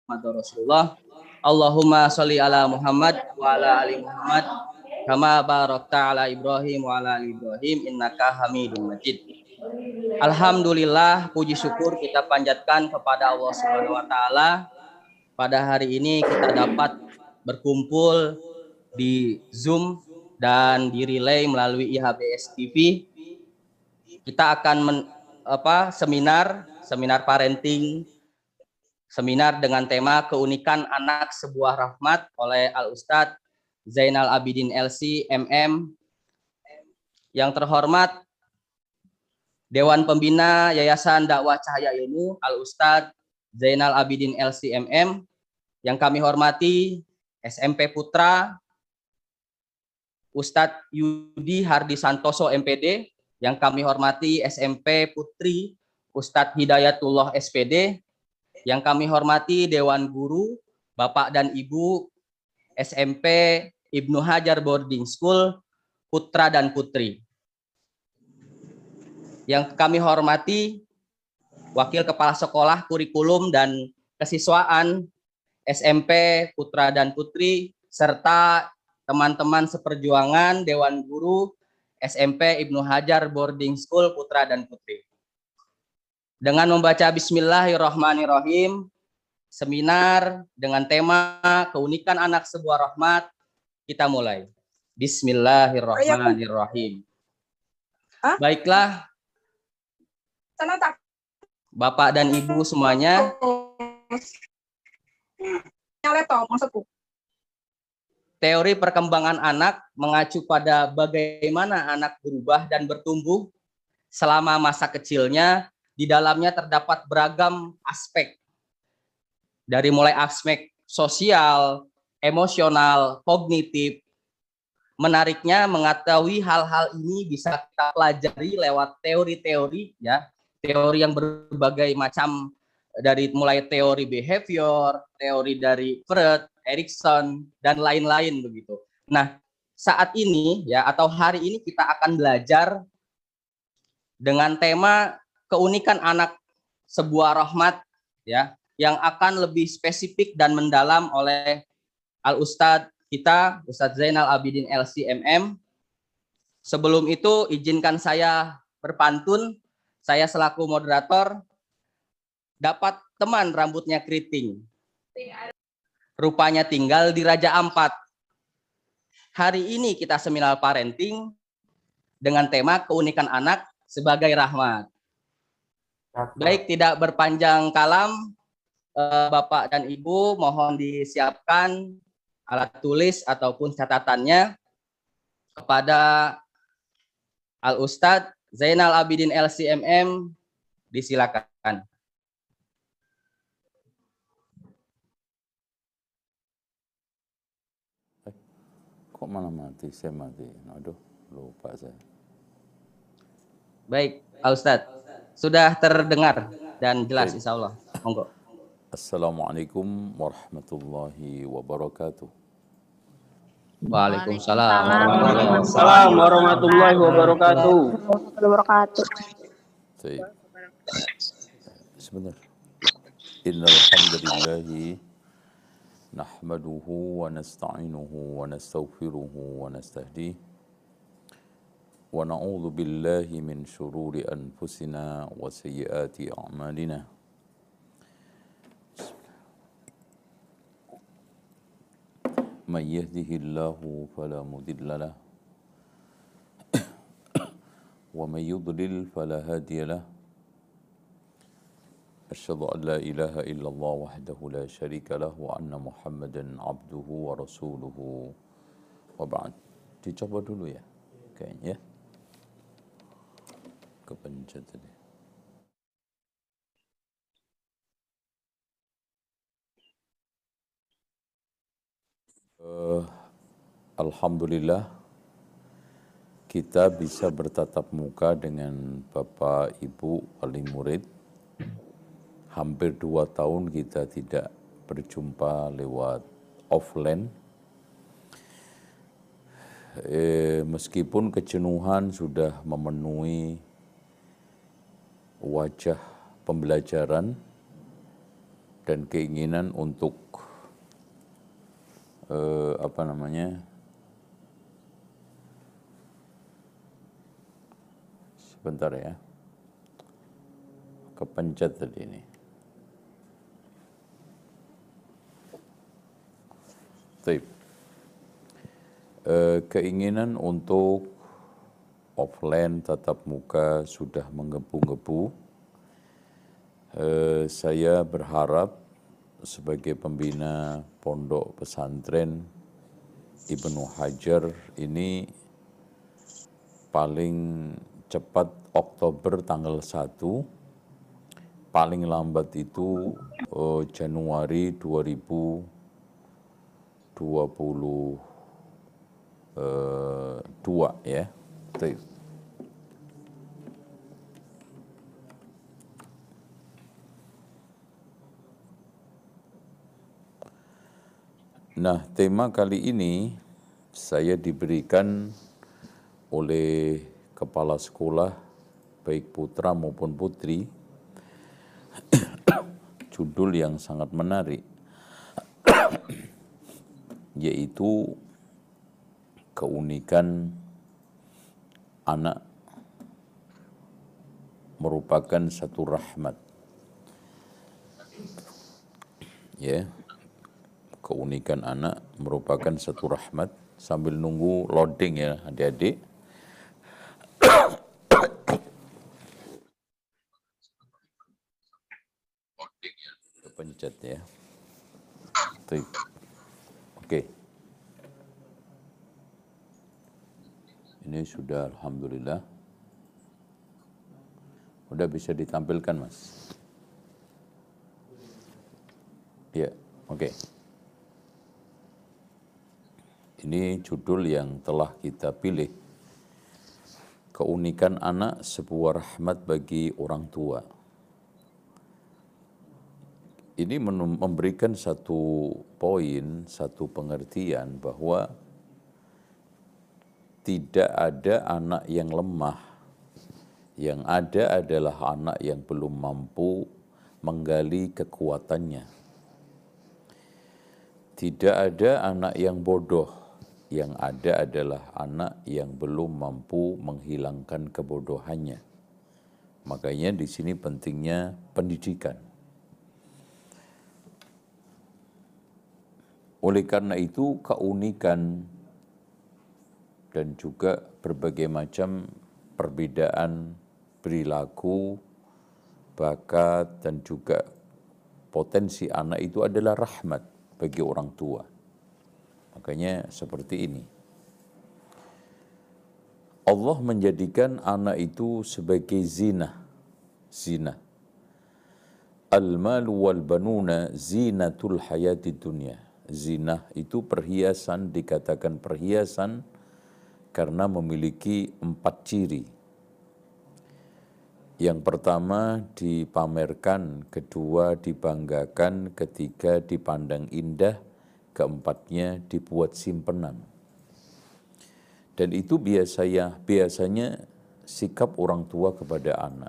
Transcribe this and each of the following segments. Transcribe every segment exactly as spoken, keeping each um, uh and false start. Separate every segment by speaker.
Speaker 1: Muhammadur Rasulullah. Allahumma sholli ala Muhammad wa ala ali Muhammad kama barakta ala Ibrahim wa ala ali Ibrahim innaka Hamidum Majid. Alhamdulillah, puji syukur kita panjatkan kepada Allah Subhanahu wa taala. Pada hari ini kita dapat berkumpul di Zoom dan di relay melalui I H B S T V. Kita akan men, apa seminar seminar parenting, seminar dengan tema keunikan anak sebuah rahmat oleh Al Ustadz Zainal Abidin L C M M. Yang terhormat Dewan Pembina Yayasan Dakwah Cahaya Ilmu Al Ustadz Zainal Abidin L C M M. Yang kami hormati S M P Putra Ustadz Yudi Hardi Santoso M P D. Yang kami hormati S M P Putri Ustadz Hidayatullah S P D. Yang kami hormati Dewan Guru Bapak dan Ibu S M P Ibnu Hajar Boarding School Putra dan Putri. Yang kami hormati Wakil Kepala Sekolah Kurikulum dan Kesiswaan S M P Putra dan Putri serta teman-teman seperjuangan Dewan Guru S M P Ibnu Hajar Boarding School Putra dan Putri. Dengan membaca Bismillahirrahmanirrahim, seminar dengan tema keunikan anak sebuah rahmat, kita mulai. Bismillahirrahmanirrahim. Baiklah, Bapak dan Ibu semuanya. Teori perkembangan anak mengacu pada bagaimana anak berubah dan bertumbuh selama masa kecilnya. Di dalamnya terdapat beragam aspek. Dari mulai aspek sosial, emosional, kognitif. Menariknya mengetahui hal-hal ini bisa kita pelajari lewat teori-teori, ya, teori yang berbagai macam, dari mulai teori behavior, teori dari Freud, Erikson, dan lain-lain begitu. Nah, saat ini ya atau hari ini kita akan belajar dengan tema keunikan anak sebuah rahmat, ya, yang akan lebih spesifik dan mendalam oleh Al Ustadz kita, Ustadz Zainal Abidin L C M M. Sebelum itu izinkan saya berpantun. Saya selaku moderator dapat teman rambutnya keriting. Rupanya tinggal di Raja Ampat. Hari ini kita seminar parenting dengan tema keunikan anak sebagai rahmat. Baik, tidak berpanjang kalam, Bapak dan Ibu mohon disiapkan alat tulis ataupun catatannya kepada Al Ustadz Zainal Abidin L C M M, disilakan.
Speaker 2: Kok malah mati? Saya mati. Aduh, lupa saya.
Speaker 1: Baik, Al Ustadz. Sudah terdengar dan jelas insya Allah. Monggo.
Speaker 2: Assalamualaikum warahmatullahi wabarakatuh.
Speaker 1: Waalaikumsalam
Speaker 3: warahmatullahi wabarakatuh.
Speaker 2: Baik. Sebentar. Innal hamdalillahi nahmaduhu wa nasta'inuhu wa nastaghfiruhu wa nastahdihi. Wa na'udzu billahi min syururi anfusina wa sayyiati a'malina. May yahdihillahu fala mudilla lahu wa may yudlil fala hadiya lahu. Asyhadu an la ilaha illallah wahdahu la syarika lahu wa anna Muhammadan abduhu wa rasuluhu wa ba'd. Dicoba dulu ya kayaknya ya. Kepencet tadi. Uh, Alhamdulillah kita bisa bertatap muka dengan Bapak Ibu wali murid. Hampir dua tahun kita tidak berjumpa lewat offline. Eh, meskipun kejenuhan sudah memenuhi wajah pembelajaran, dan keinginan untuk eh, apa namanya sebentar ya, kepencet tadi ini. Taip. Eh, keinginan untuk offline tatap muka sudah menggebu-gebu. Eh, saya berharap sebagai pembina pondok pesantren Ibnu Hajar ini paling cepat Oktober tanggal satu, paling lambat itu eh, Januari dua ribu dua puluh dua ya. Taip. Nah, tema kali ini saya diberikan oleh kepala sekolah, baik putra maupun putri, judul yang sangat menarik, yaitu keunikan anak merupakan satu rahmat. Ya, keunikan anak merupakan satu rahmat. Sambil nunggu loading ya adik-adik. Kepencet ya. Oke. Okay. Ini sudah alhamdulillah. Udah bisa ditampilkan, Mas. Ya, oke. Okay. Ini judul yang telah kita pilih. Keunikan anak sebuah rahmat bagi orang tua. Ini memberikan satu poin, satu pengertian bahwa tidak ada anak yang lemah. Yang ada adalah anak yang belum mampu menggali kekuatannya. Tidak ada anak yang bodoh. Yang ada adalah anak yang belum mampu menghilangkan kebodohannya. Makanya di sini pentingnya pendidikan. Oleh karena itu keunikan dan juga berbagai macam perbedaan perilaku, bakat, dan juga potensi anak itu adalah rahmat bagi orang tua. Makanya seperti ini. Allah menjadikan anak itu sebagai zina. Zina. Al-malu wal banuna zinatul hayati dunya. Zina itu perhiasan, dikatakan perhiasan karena memiliki empat ciri. Yang pertama dipamerkan, kedua dibanggakan, ketiga dipandang indah, keempatnya dibuat simpenan. Dan itu biasanya, biasanya sikap orang tua kepada anak.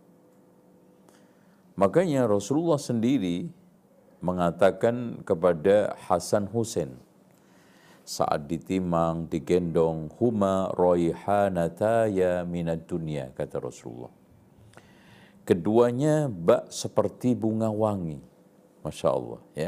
Speaker 2: Makanya Rasulullah sendiri mengatakan kepada Hasan Husain, saat ditimang, digendong, huma raihanataya minad dunya, kata Rasulullah. Keduanya bak seperti bunga wangi. Masya Allah ya.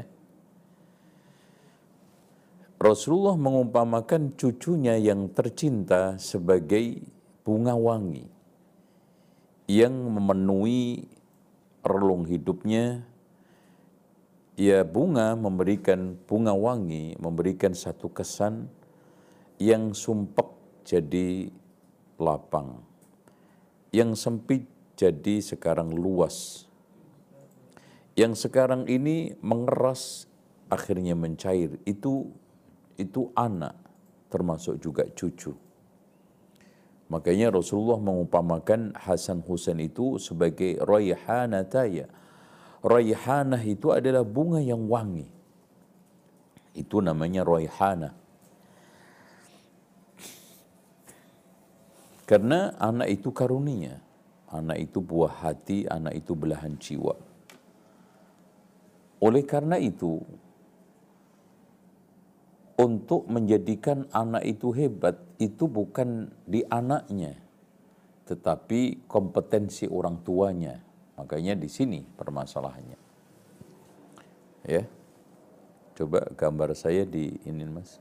Speaker 2: Rasulullah mengumpamakan cucunya yang tercinta sebagai bunga wangi yang memenuhi relung hidupnya. Ya, bunga memberikan bunga wangi, memberikan satu kesan yang sumpek jadi lapang, yang sempit jadi sekarang luas, yang sekarang ini mengeras akhirnya mencair. Itu itu anak, termasuk juga cucu. Makanya Rasulullah mengumpamakan Hasan Husain itu sebagai raihanataya. Raihanah itu adalah bunga yang wangi. Itu namanya raihanah. Karena anak itu karunia, anak itu buah hati, anak itu belahan jiwa. Oleh karena itu, untuk menjadikan anak itu hebat, itu bukan di anaknya, tetapi kompetensi orang tuanya. Makanya di sini permasalahannya. Ya, coba gambar saya di ini, Mas.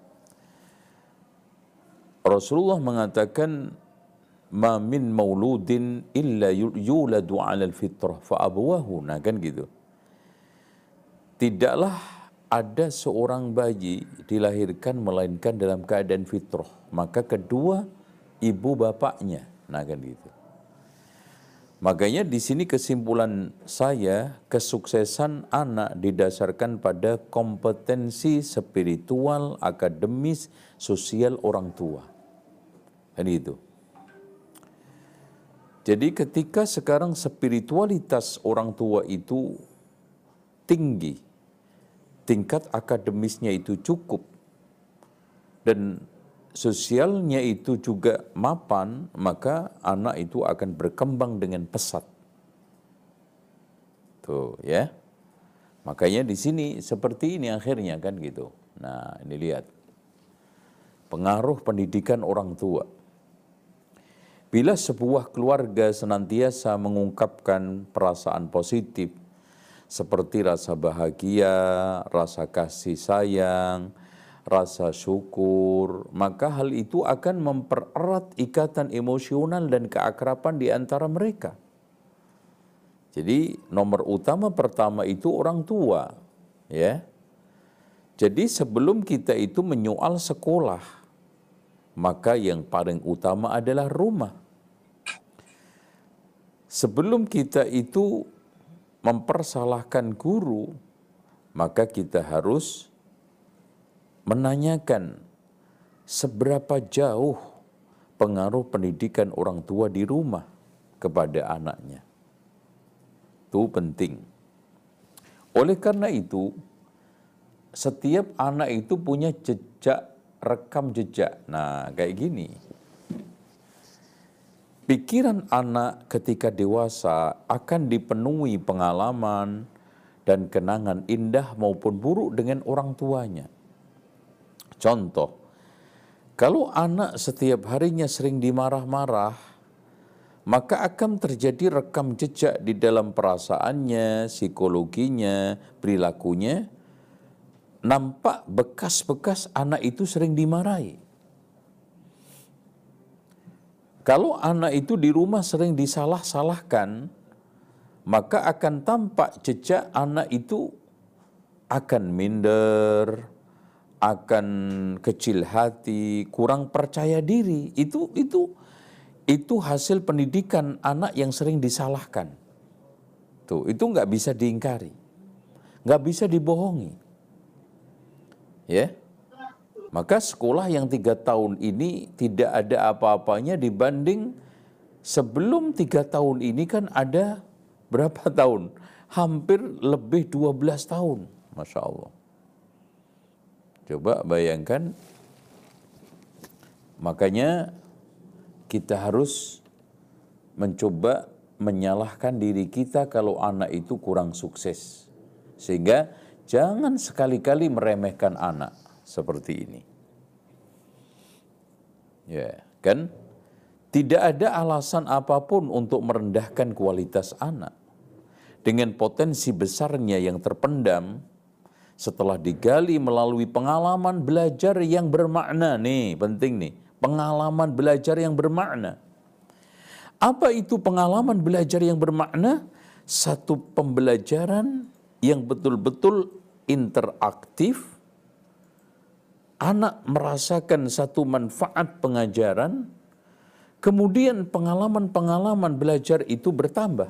Speaker 2: Rasulullah mengatakan, ma min mauludin illa yuladu 'alal fitrah fa abawahu. Nah kan gitu. Tidaklah ada seorang bayi dilahirkan melainkan dalam keadaan fitrah, maka kedua ibu bapaknya. Nah kan gitu. Makanya di sini kesimpulan saya, kesuksesan anak didasarkan pada kompetensi spiritual, akademis, sosial orang tua. Dan itu. Jadi ketika sekarang spiritualitas orang tua itu tinggi, tingkat akademisnya itu cukup, dan sosialnya itu juga mapan, maka anak itu akan berkembang dengan pesat. Tuh ya. Makanya di sini seperti ini akhirnya kan gitu. Nah, ini lihat. Pengaruh pendidikan orang tua. Bila sebuah keluarga senantiasa mengungkapkan perasaan positif seperti rasa bahagia, rasa kasih sayang, rasa syukur, maka hal itu akan mempererat ikatan emosional dan keakraban di antara mereka. Jadi nomor utama pertama itu orang tua, ya. Jadi sebelum kita itu menyoal sekolah, maka yang paling utama adalah rumah. Sebelum kita itu mempersalahkan guru, maka kita harus menanyakan seberapa jauh pengaruh pendidikan orang tua di rumah kepada anaknya. Itu penting. Oleh karena itu, setiap anak itu punya jejak, rekam jejak. Nah, kayak gini. Pikiran anak ketika dewasa akan dipenuhi pengalaman dan kenangan indah maupun buruk dengan orang tuanya. Contoh, kalau anak setiap harinya sering dimarah-marah, maka akan terjadi rekam jejak di dalam perasaannya, psikologinya, perilakunya. Nampak bekas-bekas anak itu sering dimarahi. Kalau anak itu di rumah sering disalah-salahkan, maka akan tampak jejak anak itu akan minder, akan kecil hati, kurang percaya diri. Itu itu itu hasil pendidikan anak yang sering disalahkan. Tuh, itu nggak bisa diingkari, nggak bisa dibohongi. Ya. Maka sekolah yang tiga tahun ini tidak ada apa-apanya dibanding sebelum tiga tahun ini kan ada berapa tahun? Hampir lebih dua belas tahun. Masya Allah. Coba bayangkan. Makanya kita harus mencoba menyalahkan diri kita kalau anak itu kurang sukses. Sehingga jangan sekali-kali meremehkan anak seperti ini. Ya, kan? Tidak ada alasan apapun untuk merendahkan kualitas anak. Dengan potensi besarnya yang terpendam, setelah digali melalui pengalaman belajar yang bermakna. Nih, penting nih. Pengalaman belajar yang bermakna. Apa itu pengalaman belajar yang bermakna? Satu pembelajaran yang betul-betul interaktif. Anak merasakan satu manfaat pengajaran, kemudian pengalaman-pengalaman belajar itu bertambah.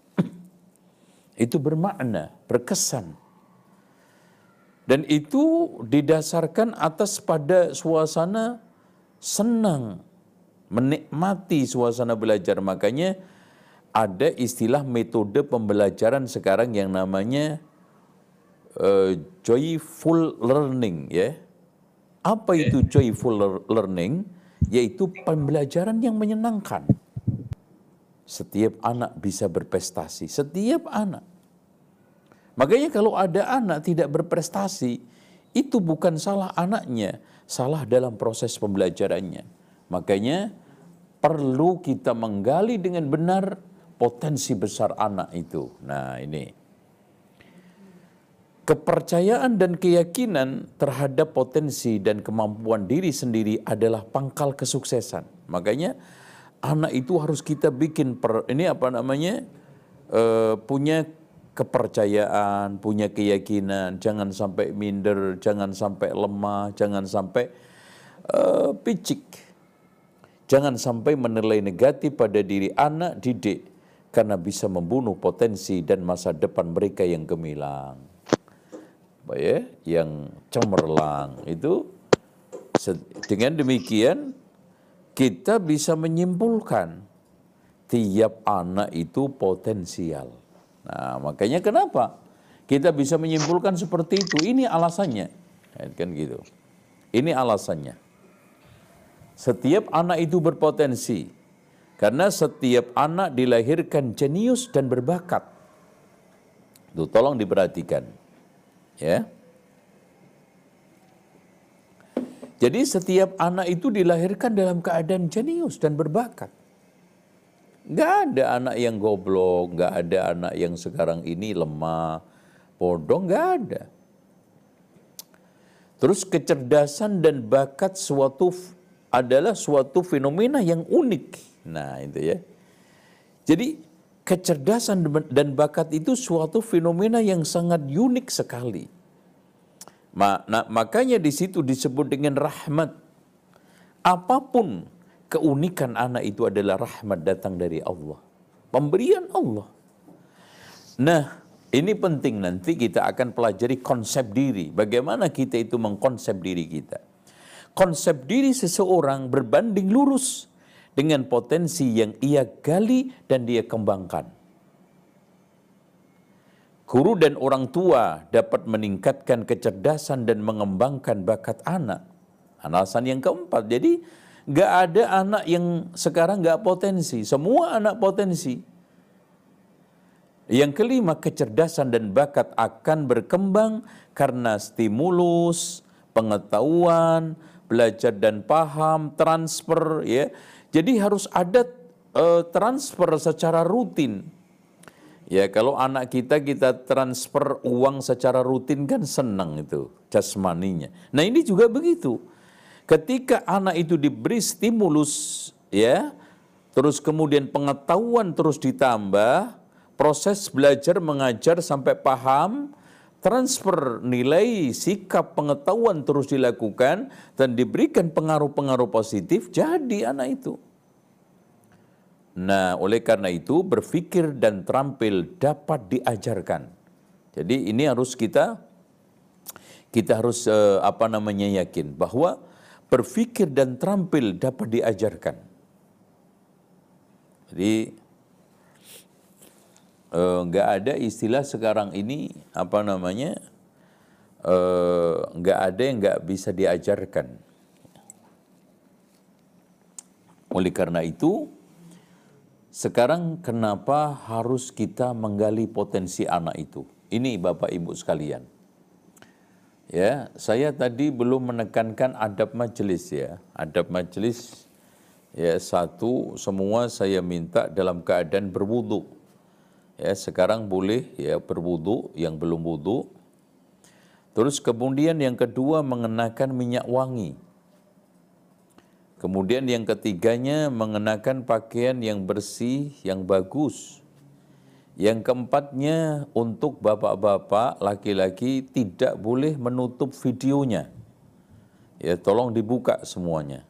Speaker 2: Itu bermakna, berkesan. Dan itu didasarkan atas pada suasana senang, menikmati suasana belajar. Makanya ada istilah metode pembelajaran sekarang yang namanya uh, joyful learning, ya. Apa itu joyful learning? Yaitu pembelajaran yang menyenangkan. Setiap anak bisa berprestasi, setiap anak. Makanya kalau ada anak tidak berprestasi, itu bukan salah anaknya, salah dalam proses pembelajarannya. Makanya perlu kita menggali dengan benar potensi besar anak itu. Nah ini, kepercayaan dan keyakinan terhadap potensi dan kemampuan diri sendiri adalah pangkal kesuksesan. Makanya anak itu harus kita bikin per, ini apa namanya uh, punya kepercayaan, punya keyakinan, jangan sampai minder, jangan sampai lemah, jangan sampai uh, picik, jangan sampai menilai negatif pada diri anak didik karena bisa membunuh potensi dan masa depan mereka yang gemilang, ya, yang cemerlang. Itu dengan demikian kita bisa menyimpulkan tiap anak itu potensial. Nah, makanya kenapa kita bisa menyimpulkan seperti itu? Ini alasannya, kan gitu. Ini alasannya. Setiap anak itu berpotensi, karena setiap anak dilahirkan jenius dan berbakat. Itu tolong diperhatikan, ya. Jadi setiap anak itu dilahirkan dalam keadaan jenius dan berbakat. Nggak ada anak yang goblok, nggak ada anak yang sekarang ini lemah, bodoh, nggak ada. Terus kecerdasan dan bakat suatu adalah suatu fenomena yang unik. Nah itu ya. Jadi kecerdasan dan bakat itu suatu fenomena yang sangat unik sekali. Nah, makanya di situ disebut dengan rahmat. Apapun keunikan anak itu adalah rahmat datang dari Allah. Pemberian Allah. Nah, ini penting, nanti kita akan pelajari konsep diri. Bagaimana kita itu mengkonsep diri kita. Konsep diri seseorang berbanding lurus dengan potensi yang ia gali dan dia kembangkan. Guru dan orang tua dapat meningkatkan kecerdasan dan mengembangkan bakat anak. Alasan yang keempat, jadi nggak ada anak yang sekarang nggak potensi, semua anak potensi. Yang kelima, kecerdasan dan bakat akan berkembang karena stimulus, pengetahuan, belajar dan paham, transfer, ya. Jadi harus ada uh, transfer secara rutin. Ya, kalau anak kita kita transfer uang secara rutin kan senang itu jasmaninya. Nah, ini juga begitu. Ketika anak itu diberi stimulus, ya, terus kemudian pengetahuan terus ditambah, proses belajar mengajar sampai paham, transfer nilai, sikap, pengetahuan terus dilakukan dan diberikan pengaruh-pengaruh positif, jadi anak itu. Nah, oleh karena itu berpikir dan terampil dapat diajarkan. Jadi ini harus kita kita harus eh, apa namanya yakin bahwa berpikir dan terampil dapat diajarkan. Jadi nggak eh, ada istilah sekarang ini apa namanya nggak eh, ada yang nggak bisa diajarkan. Oleh karena itu, sekarang kenapa harus kita menggali potensi anak itu? Ini Bapak Ibu sekalian. Ya, saya tadi belum menekankan adab majelis ya. Adab majelis ya, satu, semua saya minta dalam keadaan berwudu. Ya, sekarang boleh ya berwudu yang belum wudu. Terus kemudian yang kedua mengenakan minyak wangi. Kemudian yang ketiganya mengenakan pakaian yang bersih, yang bagus. Yang keempatnya untuk bapak-bapak laki-laki tidak boleh menutup videonya. Ya, tolong dibuka semuanya.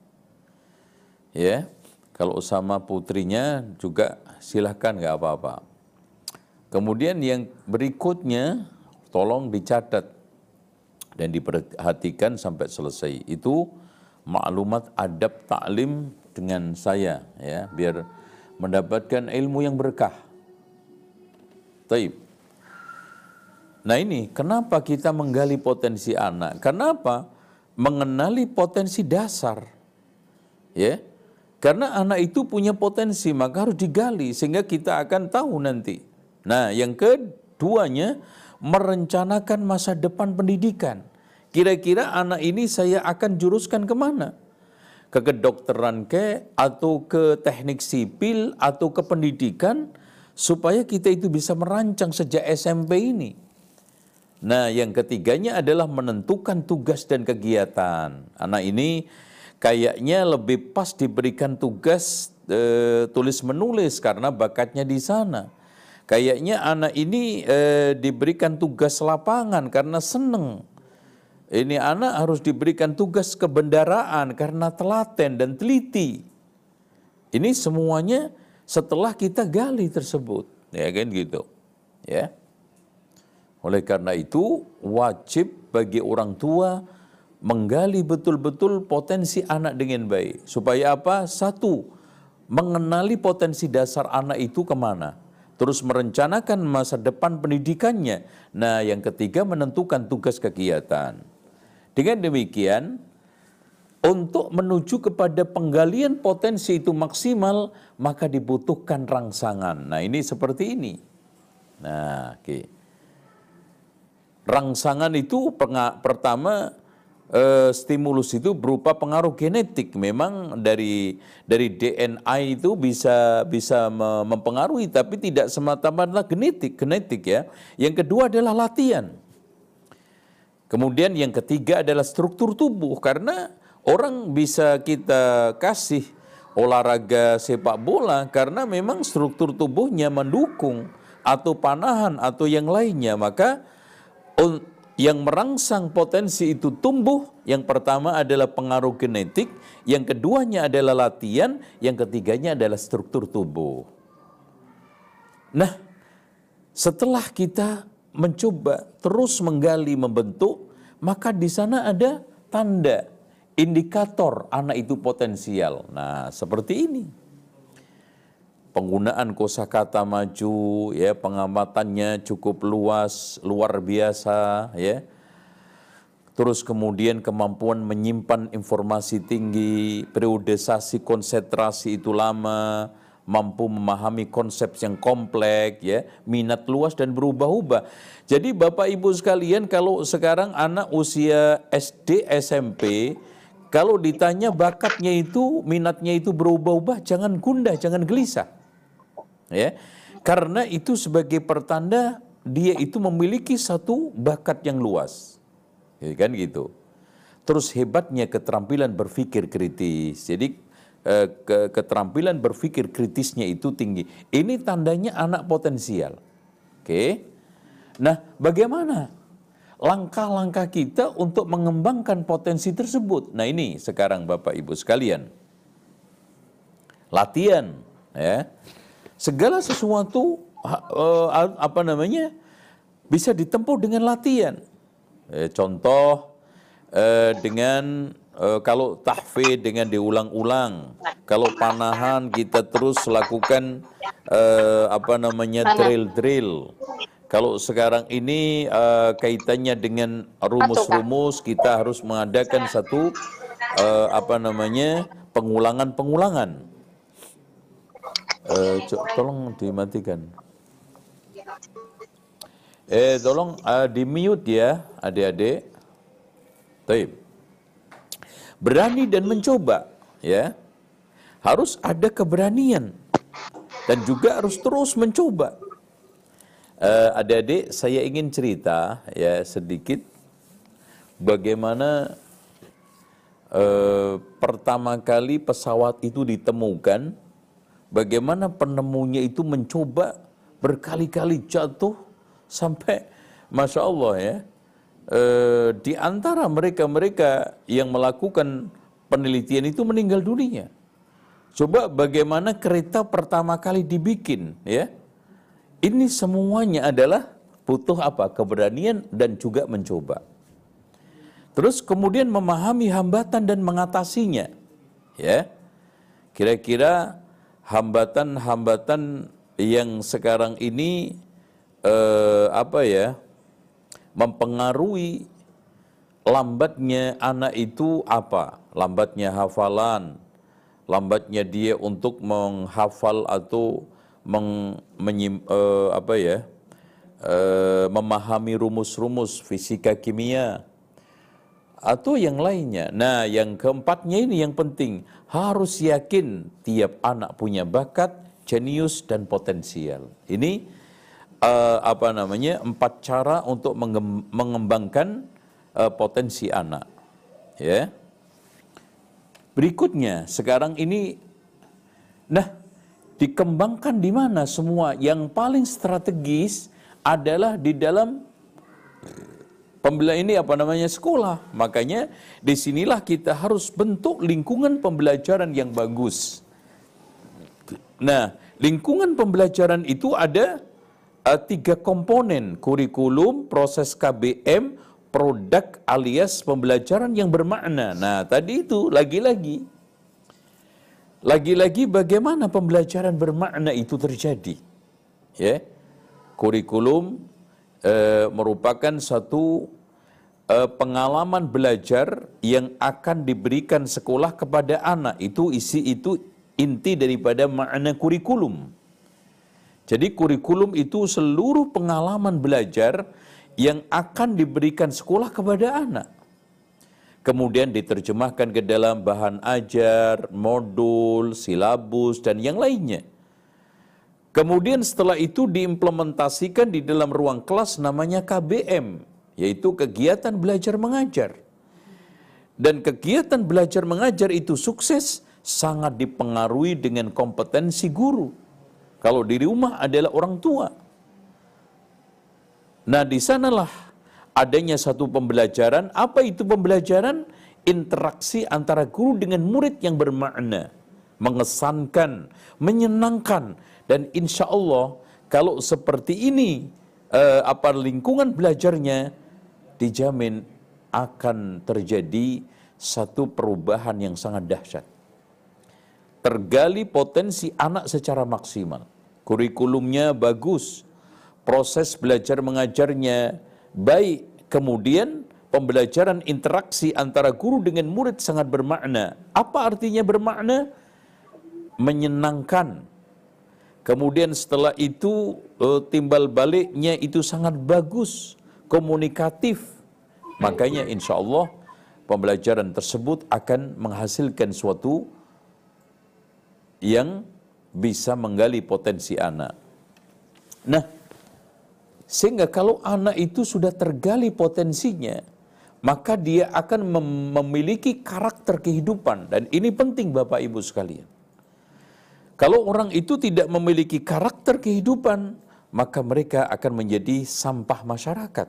Speaker 2: Ya, kalau sama putrinya juga silahkan, nggak apa-apa. Kemudian yang berikutnya tolong dicatat dan diperhatikan sampai selesai. Itu maklumat adab taklim dengan saya ya, biar mendapatkan ilmu yang berkah. Taib. Nah ini kenapa kita menggali potensi anak? Kenapa? Mengenali potensi dasar. Ya. Karena anak itu punya potensi, maka harus digali sehingga kita akan tahu nanti. Nah, yang keduanya merencanakan masa depan pendidikan. Kira-kira anak ini saya akan juruskan kemana? Ke kedokteran ke, atau ke teknik sipil, atau ke pendidikan, supaya kita itu bisa merancang sejak S M P ini. Nah, yang ketiganya adalah menentukan tugas dan kegiatan. Anak ini kayaknya lebih pas diberikan tugas e, tulis-menulis karena bakatnya di sana. Kayaknya anak ini e, diberikan tugas lapangan karena seneng. Ini anak harus diberikan tugas kebendaraan karena telaten dan teliti. Ini semuanya setelah kita gali tersebut, ya kan gitu. Ya. Oleh karena itu wajib bagi orang tua menggali betul-betul potensi anak dengan baik. Supaya apa? Satu, mengenali potensi dasar anak itu kemana. Terus merencanakan masa depan pendidikannya. Nah, yang ketiga menentukan tugas kegiatan. Dengan demikian, untuk menuju kepada penggalian potensi itu maksimal, maka dibutuhkan rangsangan. Nah, ini seperti ini. Nah, oke. Okay. Rangsangan itu pertama, eh, stimulus itu berupa pengaruh genetik. Memang dari dari D N A itu bisa bisa mempengaruhi, tapi tidak semata-mata genetik, genetik ya. Yang kedua adalah latihan. Kemudian yang ketiga adalah struktur tubuh, karena orang bisa kita kasih olahraga sepak bola karena memang struktur tubuhnya mendukung, atau panahan atau yang lainnya. Maka yang merangsang potensi itu tumbuh, yang pertama adalah pengaruh genetik, yang keduanya adalah latihan, yang ketiganya adalah struktur tubuh. Nah, setelah kita mencoba terus menggali, membentuk, maka di sana ada tanda, indikator anak itu potensial. Nah, seperti ini. Penggunaan kosakata maju, ya, pengamatannya cukup luas, luar biasa, ya. Terus kemudian kemampuan menyimpan informasi tinggi, periodisasi konsentrasi itu lama, mampu memahami konsep yang kompleks, ya, minat luas dan berubah-ubah. Jadi Bapak Ibu sekalian, kalau sekarang anak usia S D, S M P, kalau ditanya bakatnya itu, minatnya itu berubah-ubah, jangan gundah, jangan gelisah. Ya, karena itu sebagai pertanda dia itu memiliki satu bakat yang luas. Ya, kan gitu. Terus hebatnya keterampilan berpikir kritis. Jadi keterampilan berpikir kritisnya itu tinggi. Ini tandanya anak potensial. Oke. Nah, bagaimana langkah-langkah kita untuk mengembangkan potensi tersebut? Nah, ini sekarang Bapak Ibu sekalian. Latihan, ya. Segala sesuatu apa namanya? Bisa ditempuh dengan latihan. Eh, contoh eh, dengan Uh, kalau tahfidz dengan diulang-ulang, kalau panahan kita terus lakukan uh, apa namanya drill-drill. Kalau sekarang ini uh, kaitannya dengan rumus-rumus, kita harus mengadakan satu uh, apa namanya pengulangan-pengulangan. Uh, tolong dimatikan. Eh, tolong uh, di mute ya, adik-adik. Baik. Berani dan mencoba, ya. Harus ada keberanian dan juga harus terus mencoba. Uh, adik-adik, saya ingin cerita ya sedikit bagaimana uh, pertama kali pesawat itu ditemukan, bagaimana penemunya itu mencoba berkali-kali jatuh sampai Masya Allah ya. E, di antara mereka-mereka yang melakukan penelitian itu meninggal dunia. Coba bagaimana kereta pertama kali dibikin, ya. Ini semuanya adalah butuh apa? Keberanian dan juga mencoba. Terus kemudian memahami hambatan dan mengatasinya, ya. Kira-kira hambatan-hambatan yang sekarang ini eh, apa ya? mempengaruhi lambatnya anak itu apa? Lambatnya hafalan, lambatnya dia untuk menghafal atau meng, menyim, uh, apa ya, eh, memahami rumus-rumus fisika kimia, atau yang lainnya. Nah, yang keempatnya ini yang penting, harus yakin tiap anak punya bakat, jenius dan potensial. Ini uh, apa namanya? empat cara untuk mengembangkan uh, potensi anak. Ya. Berikutnya, sekarang ini, nah, dikembangkan di mana semua? Yang paling strategis adalah di dalam pembelajaran ini apa namanya sekolah. Makanya disinilah kita harus bentuk lingkungan pembelajaran yang bagus. Nah, lingkungan pembelajaran itu ada uh, tiga komponen: kurikulum, proses K B M, produk alias pembelajaran yang bermakna. Nah, tadi itu lagi-lagi, lagi-lagi bagaimana pembelajaran bermakna itu terjadi. Ya, kurikulum E, merupakan satu e, pengalaman belajar yang akan diberikan sekolah kepada anak. Itu isi itu inti daripada makna kurikulum. Jadi kurikulum itu seluruh pengalaman belajar yang akan diberikan sekolah kepada anak. Kemudian diterjemahkan ke dalam bahan ajar, modul, silabus dan yang lainnya. Kemudian setelah itu diimplementasikan di dalam ruang kelas namanya K B M, yaitu kegiatan belajar mengajar. Dan kegiatan belajar mengajar itu sukses sangat dipengaruhi dengan kompetensi guru. Kalau di rumah adalah orang tua. Nah, di sanalah adanya satu pembelajaran. Apa itu pembelajaran? Interaksi antara guru dengan murid yang bermakna, mengesankan, menyenangkan. Dan insya Allah kalau seperti ini eh, apa lingkungan belajarnya, dijamin akan terjadi satu perubahan yang sangat dahsyat. Tergali potensi anak secara maksimal. Kurikulumnya bagus, proses belajar mengajarnya baik, kemudian pembelajaran interaksi antara guru dengan murid sangat bermakna. Apa artinya bermakna? Menyenangkan. Kemudian setelah itu timbal baliknya itu sangat bagus, komunikatif. Makanya insya Allah pembelajaran tersebut akan menghasilkan suatu yang bisa menggali potensi anak. Nah, sehingga kalau anak itu sudah tergali potensinya, maka dia akan mem- memiliki karakter kehidupan. Dan ini penting Bapak Ibu sekalian. Kalau orang itu tidak memiliki karakter kehidupan, maka mereka akan menjadi sampah masyarakat.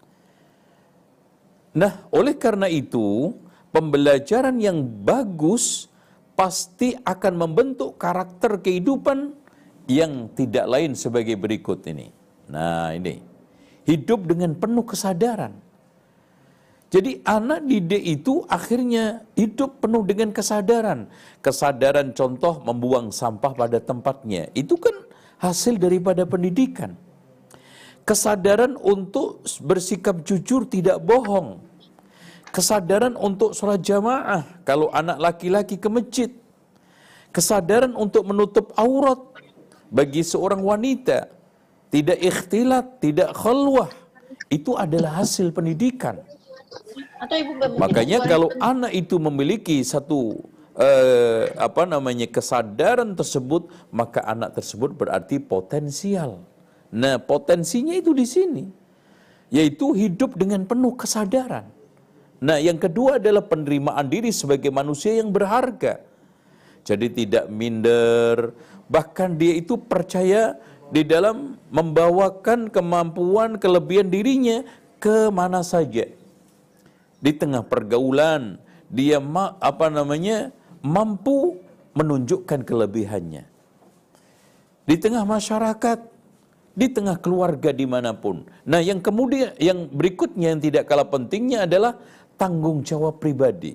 Speaker 2: Nah, oleh karena itu, pembelajaran yang bagus pasti akan membentuk karakter kehidupan yang tidak lain sebagai berikut ini. Nah, ini. Hidup dengan penuh kesadaran. Jadi anak didik itu akhirnya hidup penuh dengan kesadaran. Kesadaran contoh membuang sampah pada tempatnya. Itu kan hasil daripada pendidikan. Kesadaran untuk bersikap jujur tidak bohong. Kesadaran untuk sholat jamaah kalau anak laki-laki ke masjid. Kesadaran untuk menutup aurat bagi seorang wanita. Tidak ikhtilat, tidak khalwah. Itu adalah hasil pendidikan.
Speaker 3: Atau ibu
Speaker 2: Makanya kalau anak itu memiliki satu eh, apa namanya kesadaran tersebut, maka anak tersebut berarti potensial. Nah, potensinya itu di sini, yaitu hidup dengan penuh kesadaran. Nah, yang kedua adalah penerimaan diri sebagai manusia yang berharga. Jadi tidak minder, bahkan dia itu percaya di dalam membawakan kemampuan kelebihan dirinya ke mana saja. Di tengah pergaulan dia ma, apa namanya mampu menunjukkan kelebihannya. Di tengah masyarakat, di tengah keluarga dimanapun. Nah, yang kemudian yang berikutnya yang tidak kalah pentingnya adalah tanggung jawab pribadi.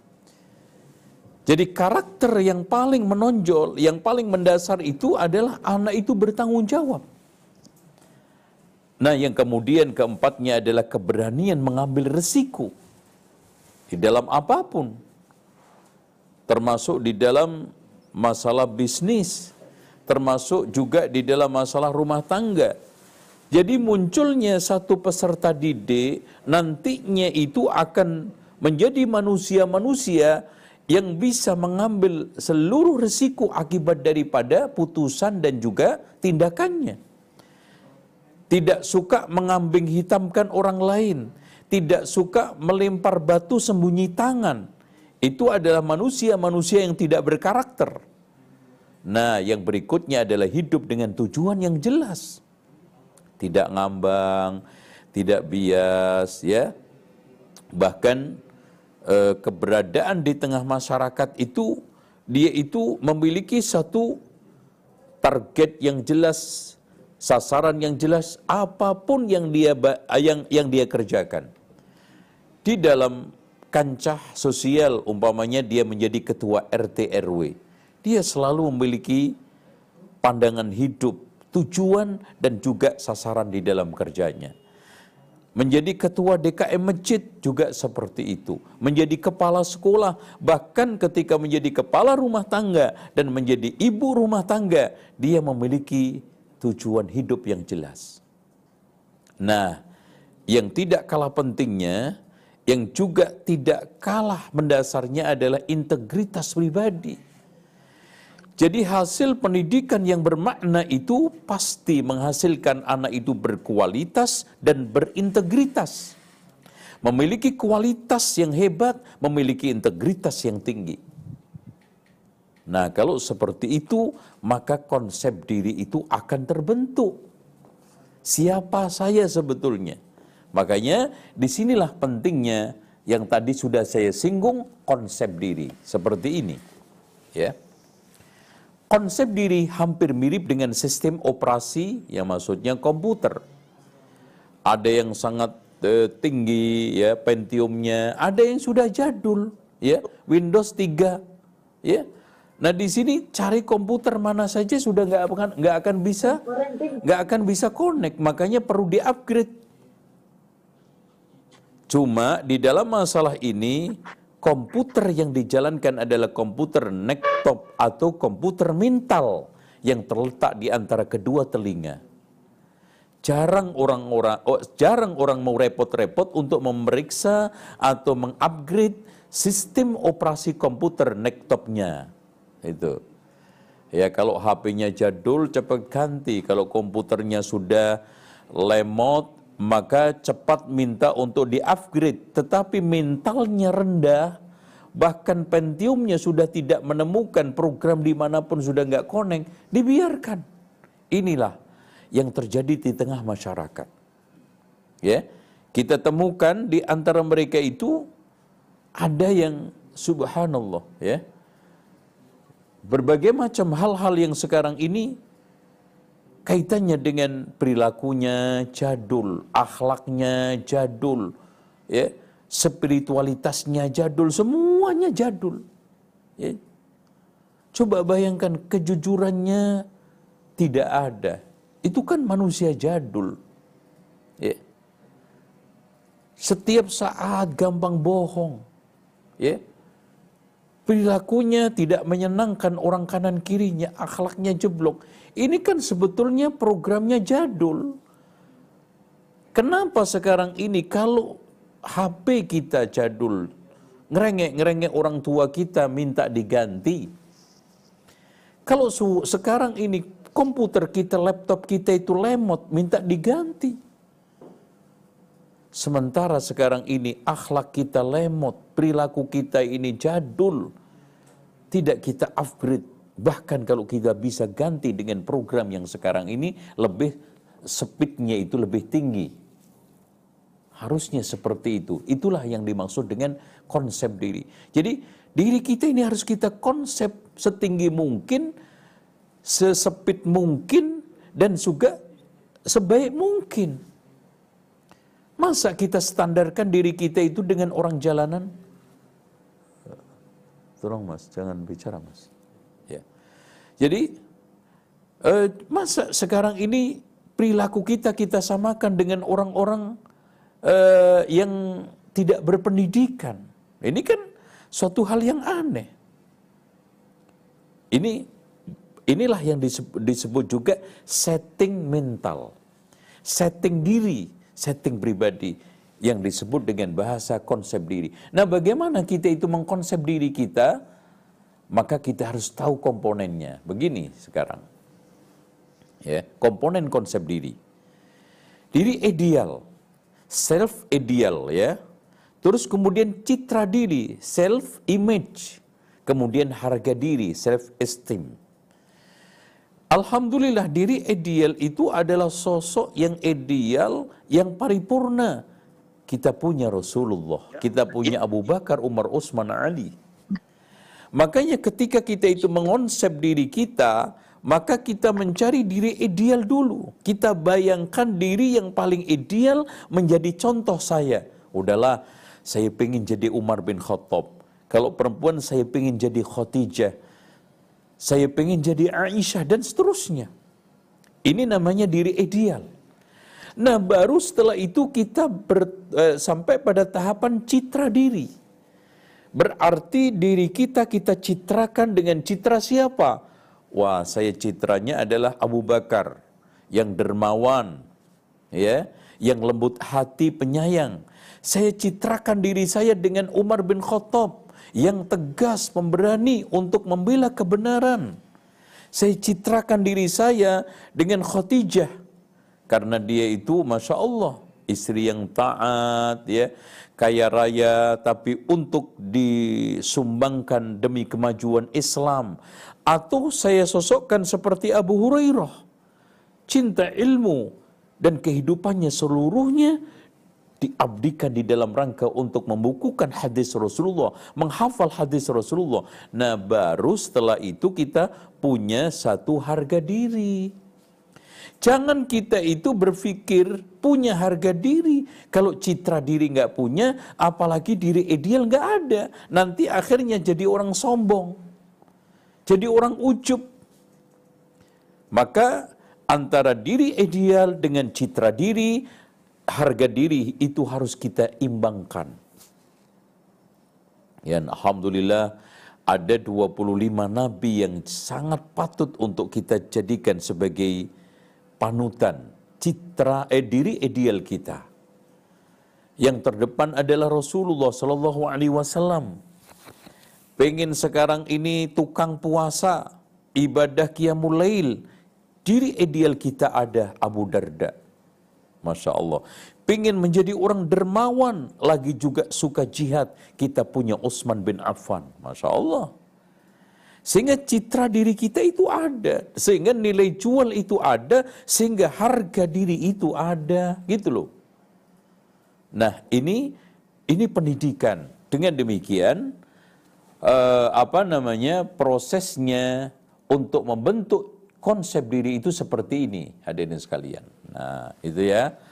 Speaker 2: Jadi karakter yang paling menonjol, yang paling mendasar itu adalah anak itu bertanggung jawab. Nah, yang kemudian keempatnya adalah keberanian mengambil resiko. Di dalam apapun, termasuk di dalam masalah bisnis, termasuk juga di dalam masalah rumah tangga. Jadi munculnya satu peserta didik nantinya itu akan menjadi manusia-manusia yang bisa mengambil seluruh risiko akibat daripada putusan dan juga tindakannya. Tidak suka mengambing hitamkan orang lain, tidak suka melempar batu sembunyi tangan. Itu adalah manusia-manusia yang tidak berkarakter. Nah, yang berikutnya adalah hidup dengan tujuan yang jelas. Tidak ngambang, tidak bias, ya. Bahkan eh, keberadaan di tengah masyarakat itu, dia itu memiliki satu target yang jelas, sasaran yang jelas, apapun yang dia yang yang dia kerjakan. Di dalam kancah sosial, umpamanya dia menjadi ketua R T R W, dia selalu memiliki pandangan hidup, tujuan dan juga sasaran di dalam kerjanya. Menjadi ketua D K M masjid juga seperti itu. Menjadi kepala sekolah, bahkan ketika menjadi kepala rumah tangga dan menjadi ibu rumah tangga, dia memiliki tujuan hidup yang jelas. Nah, yang tidak kalah pentingnya, yang juga tidak kalah mendasarnya adalah integritas pribadi. Jadi hasil pendidikan yang bermakna itu pasti menghasilkan anak itu berkualitas dan berintegritas. Memiliki kualitas yang hebat, memiliki integritas yang tinggi. Nah, kalau seperti itu, maka konsep diri itu akan terbentuk. Siapa saya sebetulnya? Makanya disinilah pentingnya yang tadi sudah saya singgung, konsep diri. Seperti ini. Ya. Konsep diri hampir mirip dengan sistem operasi, yang maksudnya komputer. Ada yang sangat eh, tinggi, ya, Pentiumnya, ada yang sudah jadul, ya, Windows tiga, ya. Nah, di sini cari komputer mana saja sudah nggak akan nggak akan bisa nggak akan bisa connect, makanya perlu di-upgrade. Cuma di dalam masalah ini, komputer yang dijalankan adalah komputer nektop atau komputer mental yang terletak di antara kedua telinga. Jarang orang-orang, oh, jarang orang mau repot-repot untuk memeriksa atau mengupgrade sistem operasi komputer nektopnya. Itu. Ya, kalau H P-nya jadul cepat ganti, kalau komputernya sudah lemot maka cepat minta untuk di-upgrade, tetapi mentalnya rendah, bahkan Pentiumnya sudah tidak menemukan program dimanapun sudah nggak connect, dibiarkan. Inilah yang terjadi di tengah masyarakat. Ya, kita temukan di antara mereka itu ada yang subhanallah, ya, berbagai macam hal-hal yang sekarang ini kaitannya dengan perilakunya jadul, akhlaknya jadul, ya, spiritualitasnya jadul, semuanya jadul. Ya. Coba bayangkan kejujurannya tidak ada. Itu kan manusia jadul. Ya. Setiap saat gampang bohong. Ya. Perilakunya tidak menyenangkan orang kanan kirinya, akhlaknya jeblok. Ini kan sebetulnya programnya jadul. Kenapa sekarang ini kalau H P kita jadul, ngerengek-ngerengek orang tua kita minta diganti. Kalau sekarang ini komputer kita, laptop kita itu lemot, minta diganti. Sementara sekarang ini akhlak kita lemot, perilaku kita ini jadul, tidak kita upgrade. Bahkan kalau kita bisa ganti dengan program yang sekarang ini, lebih speednya itu lebih tinggi. Harusnya seperti itu. Itulah yang dimaksud dengan konsep diri. Jadi diri kita ini harus kita konsep setinggi mungkin, sesepit mungkin, dan juga sebaik mungkin. Masa kita standarkan diri kita itu dengan orang jalanan? Tolong mas, jangan bicara mas. Ya. Jadi eh, masa sekarang ini perilaku kita kita samakan dengan orang-orang eh, yang tidak berpendidikan. Ini kan suatu hal yang aneh. Ini inilah yang disebut, disebut juga setting mental. setting diri, setting pribadi yang disebut dengan bahasa konsep diri. Nah, bagaimana kita itu mengkonsep diri kita? Maka kita harus tahu komponennya. Begini sekarang. Ya, komponen konsep diri. Diri ideal, self ideal ya. Terus kemudian citra diri, self image. Kemudian harga diri, self esteem. Alhamdulillah diri ideal itu adalah sosok yang ideal, yang paripurna. Kita punya Rasulullah, kita punya Abu Bakar, Umar, Utsman, Ali. Makanya ketika kita itu mengonsep diri kita, maka kita mencari diri ideal dulu. Kita bayangkan diri yang paling ideal menjadi contoh saya. Udahlah, saya pengen jadi Umar bin Khattab. Kalau perempuan saya pengen jadi Khadijah. Saya pengen jadi Aisyah dan seterusnya. Ini namanya diri ideal. Nah, baru setelah itu kita ber, eh, sampai pada tahapan citra diri. Berarti diri kita kita citrakan dengan citra siapa? Wah, saya citranya adalah Abu Bakar yang dermawan, ya, yang lembut hati, penyayang. Saya citrakan diri saya dengan Umar bin Khattab yang tegas, pemberani untuk membela kebenaran. Saya citrakan diri saya dengan Khadijah karena dia itu Masya Allah istri yang taat, ya, kaya raya, tapi untuk disumbangkan demi kemajuan Islam. Atau saya sosokkan seperti Abu Hurairah, cinta ilmu dan kehidupannya seluruhnya diabdikan di dalam rangka untuk membukukan hadis Rasulullah, menghafal hadis Rasulullah. Nah, baru setelah itu kita punya satu harga diri. Jangan kita itu berpikir punya harga diri. Kalau citra diri nggak punya, apalagi diri ideal nggak ada. Nanti akhirnya jadi orang sombong, jadi orang ujub. Maka antara diri ideal dengan citra diri, harga diri itu harus kita imbangkan. Ya, alhamdulillah ada dua puluh lima nabi yang sangat patut untuk kita jadikan sebagai panutan, citra eh, diri ideal kita. Yang terdepan adalah Rasulullah Sallallahu Alaihi Wasallam. Pengen sekarang ini tukang puasa, ibadah qiyamul lail, diri ideal kita ada Abu Darda. Masya Allah. Pengen menjadi orang dermawan, lagi juga suka jihad, kita punya Utsman bin Affan. Masya Allah. Sehingga citra diri kita itu ada, sehingga nilai jual itu ada, sehingga harga diri itu ada, gitu loh. Nah, ini ini pendidikan. Dengan demikian, eh, apa namanya prosesnya untuk membentuk konsep diri itu seperti ini, hadirin sekalian. Nah, itu ya.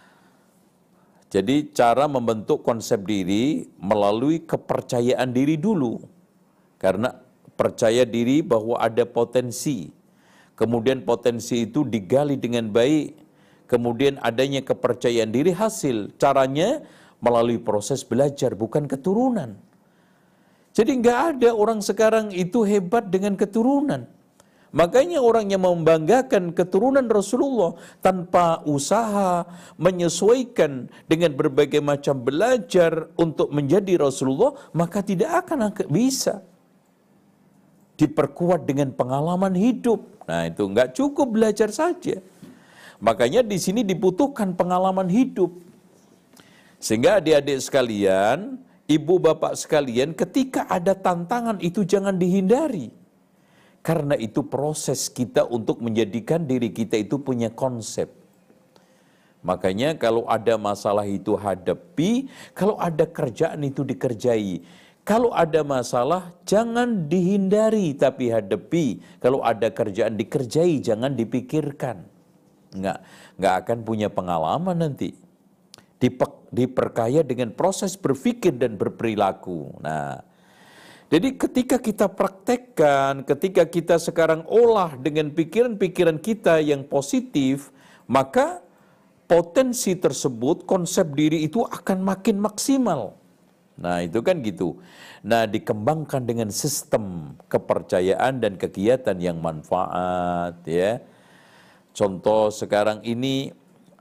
Speaker 2: Jadi cara membentuk konsep diri melalui kepercayaan diri dulu. Karena percaya diri bahwa ada potensi. Kemudian potensi itu digali dengan baik. Kemudian adanya kepercayaan diri hasil. Caranya melalui proses belajar, bukan keturunan. Jadi nggak ada orang sekarang itu hebat dengan keturunan. Makanya orang yang membanggakan keturunan Rasulullah tanpa usaha menyesuaikan dengan berbagai macam belajar untuk menjadi Rasulullah, maka tidak akan bisa. Diperkuat dengan pengalaman hidup. Nah, itu nggak cukup belajar saja. Makanya di sini dibutuhkan pengalaman hidup. Sehingga adik-adik sekalian, ibu bapak sekalian, ketika ada tantangan itu jangan dihindari. Karena itu proses kita untuk menjadikan diri kita itu punya konsep. Makanya kalau ada masalah itu hadapi, kalau ada kerjaan itu dikerjai. Kalau ada masalah jangan dihindari tapi hadapi. Kalau ada kerjaan dikerjai jangan dipikirkan. Nggak, nggak akan punya pengalaman nanti. Diperkaya dengan proses berpikir dan berperilaku. Nah, jadi ketika kita praktekkan, ketika kita sekarang olah dengan pikiran-pikiran kita yang positif, maka potensi tersebut, konsep diri itu akan makin maksimal. Nah, itu kan gitu. Nah, dikembangkan dengan sistem kepercayaan dan kegiatan yang manfaat, ya. Contoh sekarang ini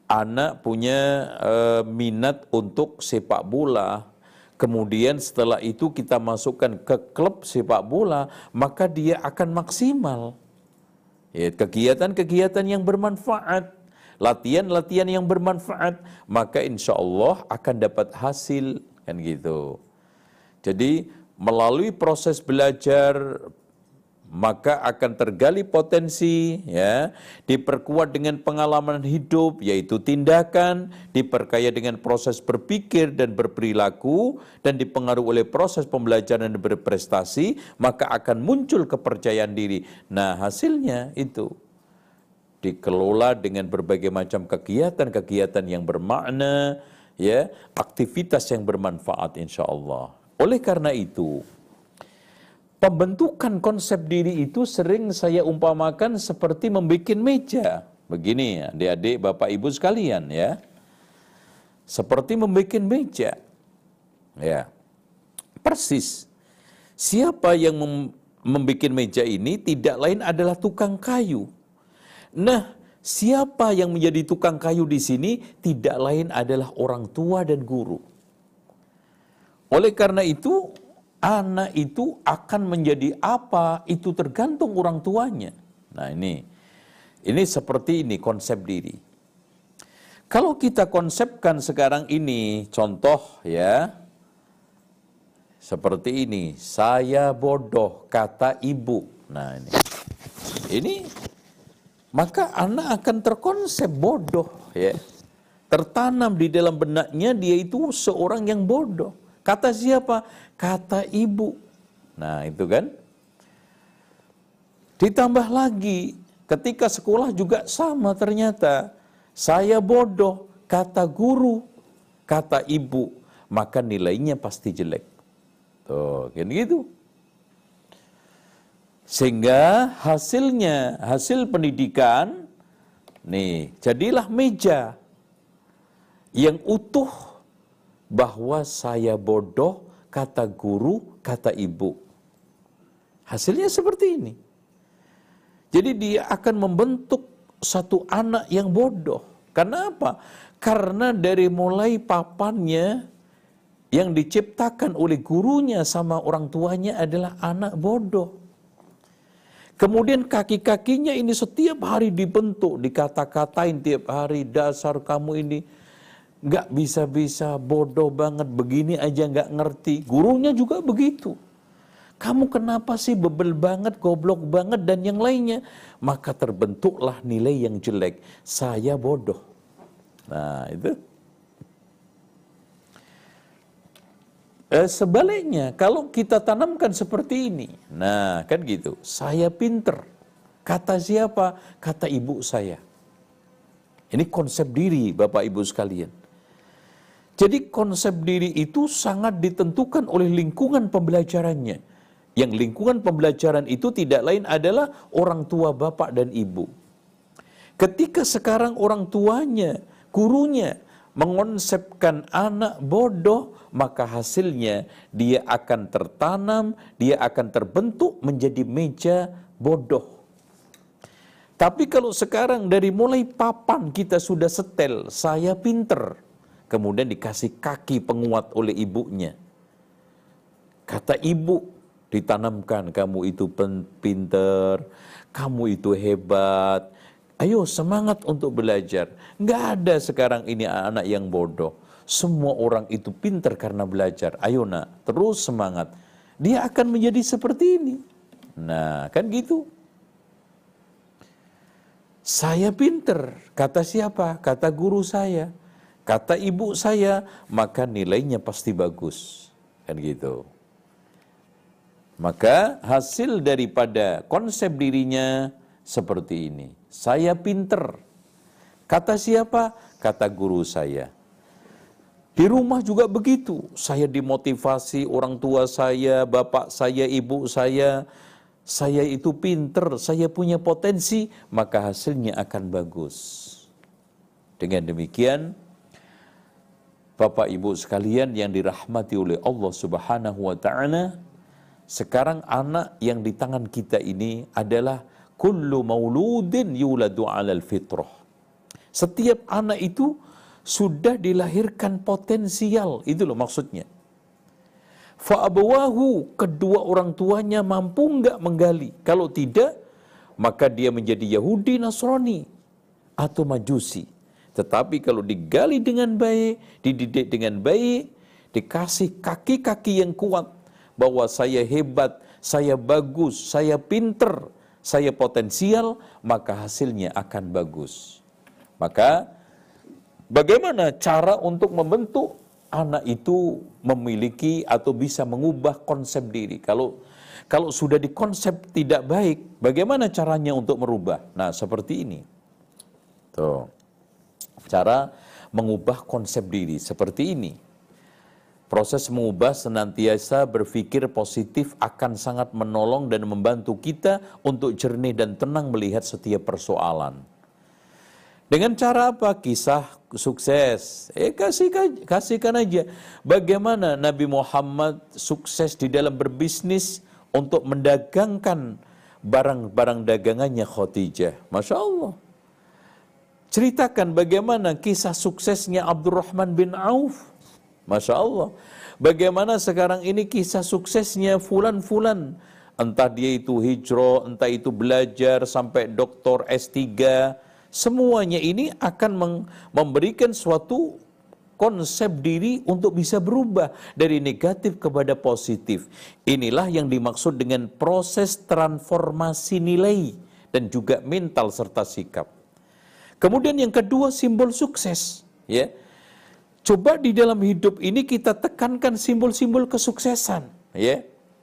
Speaker 2: anak punya uh, minat untuk sepak bola, kemudian setelah itu kita masukkan ke klub sepak bola, maka dia akan maksimal. Ya, kegiatan-kegiatan yang bermanfaat, latihan-latihan yang bermanfaat, maka insya Allah akan dapat hasil, kan gitu. Jadi melalui proses belajar maka akan tergali potensi, ya, diperkuat dengan pengalaman hidup, yaitu tindakan, diperkaya dengan proses berpikir dan berperilaku, dan dipengaruhi oleh proses pembelajaran dan berprestasi, maka akan muncul kepercayaan diri. Nah, hasilnya itu dikelola dengan berbagai macam kegiatan-kegiatan yang bermakna, ya, aktivitas yang bermanfaat insya Allah. Oleh karena itu, pembentukan konsep diri itu sering saya umpamakan seperti membuat meja. Begini ya, adik-adik, bapak ibu sekalian ya. Seperti membuat meja. Ya. Persis. Siapa yang mem membuat meja ini tidak lain adalah tukang kayu. Nah, siapa yang menjadi tukang kayu di sini tidak lain adalah orang tua dan guru. Oleh karena itu, anak itu akan menjadi apa, itu tergantung orang tuanya. Nah ini, ini seperti ini konsep diri. Kalau kita konsepkan sekarang ini, contoh ya, seperti ini, saya bodoh, kata ibu. Nah ini, ini maka anak akan terkonsep bodoh, ya, tertanam di dalam benaknya dia itu seorang yang bodoh. Kata siapa? Kata ibu. Nah itu kan. Ditambah lagi, ketika sekolah juga sama ternyata. Saya bodoh, kata guru, kata ibu. Maka nilainya pasti jelek. Tuh, kan gitu. Sehingga hasilnya, hasil pendidikan, nih, jadilah meja yang utuh, bahwa saya bodoh, kata guru, kata ibu. Hasilnya seperti ini. Jadi dia akan membentuk satu anak yang bodoh. Karena apa? Karena dari mulai papannya yang diciptakan oleh gurunya sama orang tuanya adalah anak bodoh. Kemudian kaki-kakinya ini setiap hari dibentuk, dikata-katain tiap hari, dasar kamu ini nggak bisa-bisa, bodoh banget, begini aja nggak ngerti. Gurunya juga begitu. Kamu kenapa sih bebel banget, goblok banget, dan yang lainnya. Maka terbentuklah nilai yang jelek. Saya bodoh. Nah itu. Eh, sebaliknya, kalau kita tanamkan seperti ini. Nah kan gitu. Saya pinter. Kata siapa? Kata ibu saya. Ini konsep diri Bapak Ibu sekalian. Jadi konsep diri itu sangat ditentukan oleh lingkungan pembelajarannya. Yang lingkungan pembelajaran itu tidak lain adalah orang tua bapak dan ibu. Ketika sekarang orang tuanya, gurunya mengonsepkan anak bodoh, maka hasilnya dia akan tertanam, dia akan terbentuk menjadi meja bodoh. Tapi kalau sekarang dari mulai papan kita sudah setel, saya pinter. Kemudian dikasih kaki penguat oleh ibunya. Kata ibu, ditanamkan, kamu itu pinter, kamu itu hebat, ayo semangat untuk belajar. Nggak ada sekarang ini anak yang bodoh. Semua orang itu pinter karena belajar. Ayo nak, terus semangat. Dia akan menjadi seperti ini. Nah, kan gitu. Saya pinter, kata siapa? Kata guru saya. Kata ibu saya, maka nilainya pasti bagus. Kan gitu. Maka hasil daripada konsep dirinya seperti ini. Saya pinter. Kata siapa? Kata guru saya. Di rumah juga begitu. Saya dimotivasi orang tua saya, bapak saya, ibu saya. Saya itu pinter, saya punya potensi, maka hasilnya akan bagus. Dengan demikian, Bapak Ibu sekalian yang dirahmati oleh Allah Subhanahu wa taala, sekarang anak yang di tangan kita ini adalah kullu mauludin yuladu 'alal fitrah. Setiap anak itu sudah dilahirkan potensial, itu loh maksudnya. Fa'abawahu, kedua orang tuanya mampu enggak menggali? Kalau tidak, maka dia menjadi Yahudi, Nasrani, atau Majusi. Tetapi kalau digali dengan baik, dididik dengan baik, dikasih kaki-kaki yang kuat, bahwa saya hebat, saya bagus, saya pinter, saya potensial, maka hasilnya akan bagus. Maka bagaimana cara untuk membentuk anak itu memiliki atau bisa mengubah konsep diri? Kalau kalau sudah dikonsep tidak baik, bagaimana caranya untuk merubah? Nah, seperti ini. Tuh. Cara mengubah konsep diri seperti ini. Proses mengubah senantiasa berpikir positif akan sangat menolong dan membantu kita untuk jernih dan tenang melihat setiap persoalan. Dengan cara apa? Kisah sukses. Eh kasihkan, kasihkan aja. Bagaimana Nabi Muhammad sukses di dalam berbisnis untuk mendagangkan barang-barang dagangannya Khadijah. Masya Allah. Ceritakan bagaimana kisah suksesnya Abdurrahman bin Auf. Masya Allah. Bagaimana sekarang ini kisah suksesnya fulan-fulan. Entah dia itu hijrah, entah itu belajar sampai doktor S tiga. Semuanya ini akan memberikan suatu konsep diri untuk bisa berubah dari negatif kepada positif. Inilah yang dimaksud dengan proses transformasi nilai dan juga mental serta sikap. Kemudian yang kedua, simbol sukses. Ya, coba di dalam hidup ini kita tekankan simbol-simbol kesuksesan. Ya,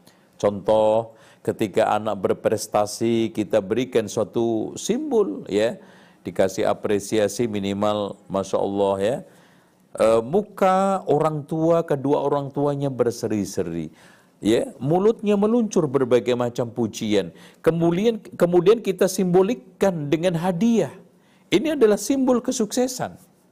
Speaker 2: contoh ketika anak berprestasi kita berikan suatu simbol. Ya, dikasih apresiasi minimal, Masya Allah ya. E, muka orang tua, kedua orang tuanya berseri-seri. Ya, mulutnya meluncur berbagai macam pujian. Kemudian, kemudian kita simbolikkan dengan hadiah. Ini adalah simbol kesuksesan.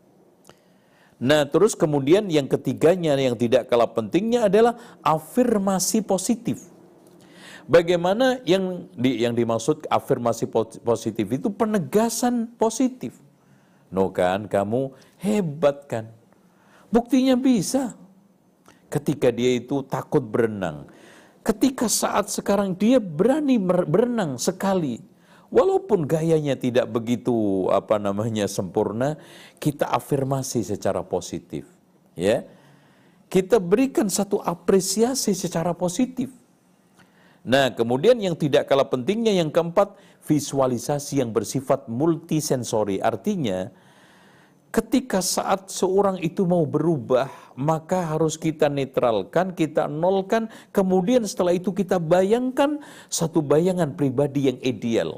Speaker 2: Nah, terus kemudian yang ketiganya yang tidak kalah pentingnya adalah afirmasi positif. Bagaimana yang di, yang dimaksud afirmasi positif itu penegasan positif. No kan, kamu hebat kan. Buktinya bisa. Ketika dia itu takut berenang. Ketika saat sekarang dia berani berenang sekali. Walaupun gayanya tidak begitu apa namanya sempurna, kita afirmasi secara positif. Ya. Kita berikan satu apresiasi secara positif. Nah, kemudian yang tidak kalah pentingnya yang keempat, visualisasi yang bersifat multisensori. Artinya, ketika saat seorang itu mau berubah, maka harus kita netralkan, kita nolkan, kemudian setelah itu kita bayangkan satu bayangan pribadi yang ideal.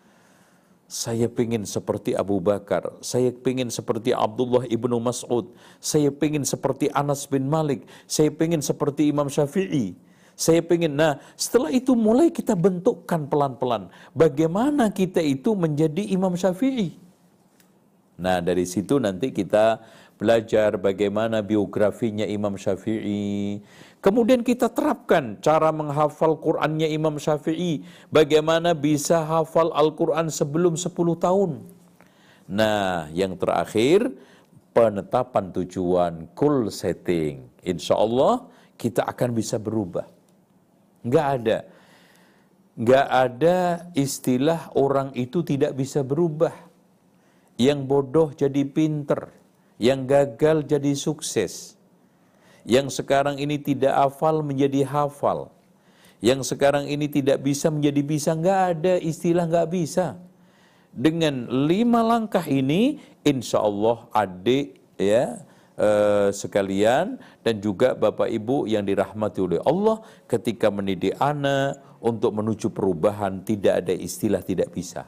Speaker 2: Saya ingin seperti Abu Bakar, saya ingin seperti Abdullah ibnu Mas'ud, saya ingin seperti Anas bin Malik, saya ingin seperti Imam Syafi'i. Saya pengen, nah setelah itu mulai kita bentukkan pelan-pelan. Bagaimana kita itu menjadi Imam Syafi'i. Nah dari situ nanti kita belajar bagaimana biografinya Imam Syafi'i. Kemudian kita terapkan cara menghafal Qur'annya Imam Syafi'i. Bagaimana bisa hafal Al-Quran sebelum sepuluh tahun. Nah yang terakhir, penetapan tujuan, goal setting. Insya Allah kita akan bisa berubah. Nggak ada. Nggak ada istilah orang itu tidak bisa berubah. Yang bodoh jadi pinter. Yang gagal jadi sukses. Yang sekarang ini tidak hafal menjadi hafal. Yang sekarang ini tidak bisa menjadi bisa. Nggak ada istilah nggak bisa. Dengan lima langkah ini, insya Allah adik ya, Uh, sekalian dan juga Bapak Ibu yang dirahmati oleh Allah, ketika mendidik anak untuk menuju perubahan tidak ada istilah tidak bisa.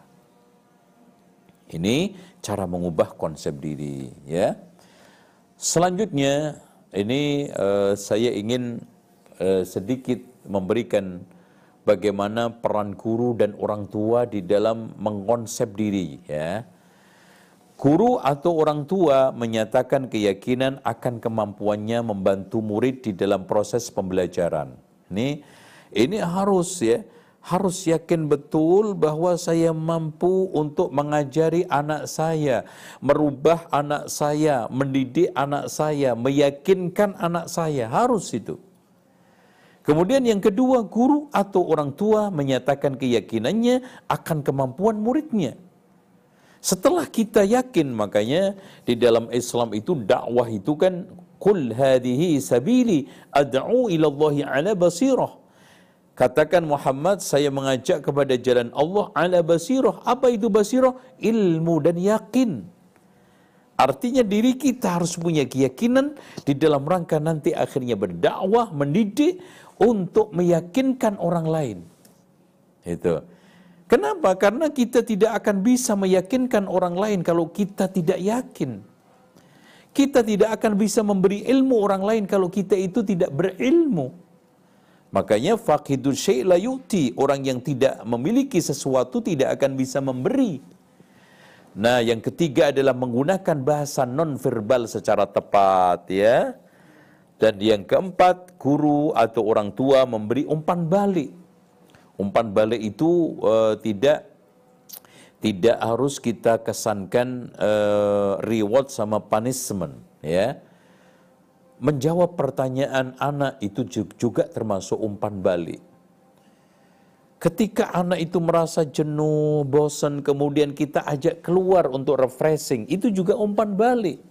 Speaker 2: Ini cara mengubah konsep diri ya. Selanjutnya ini uh, saya ingin uh, sedikit memberikan bagaimana peran guru dan orang tua di dalam mengkonsep diri ya. Guru atau orang tua menyatakan keyakinan akan kemampuannya membantu murid di dalam proses pembelajaran. Ini ini harus ya, harus yakin betul bahwa saya mampu untuk mengajari anak saya, merubah anak saya, mendidik anak saya, meyakinkan anak saya, harus itu. Kemudian yang kedua, guru atau orang tua menyatakan keyakinannya akan kemampuan muridnya. Setelah kita yakin, makanya di dalam Islam itu dakwah itu kan qul hadhihi sabili ad'u ila Allahi ala basirah. Katakan Muhammad, saya mengajak kepada jalan Allah ala basirah. Apa itu basirah? Ilmu dan yakin. Artinya diri kita harus punya keyakinan di dalam rangka nanti akhirnya berdakwah, mendidik untuk meyakinkan orang lain. Itu. Kenapa? Karena kita tidak akan bisa meyakinkan orang lain kalau kita tidak yakin. Kita tidak akan bisa memberi ilmu orang lain kalau kita itu tidak berilmu. Makanya faqidul syai' la yu'ti, orang yang tidak memiliki sesuatu tidak akan bisa memberi. Nah, yang ketiga adalah menggunakan bahasa non-verbal secara tepat, ya. Dan yang keempat, guru atau orang tua memberi umpan balik. Umpan balik itu uh, tidak tidak harus kita kesankan uh, reward sama punishment, ya. Menjawab pertanyaan anak itu juga termasuk umpan balik. Ketika anak itu merasa jenuh, bosan, kemudian kita ajak keluar untuk refreshing, itu juga umpan balik.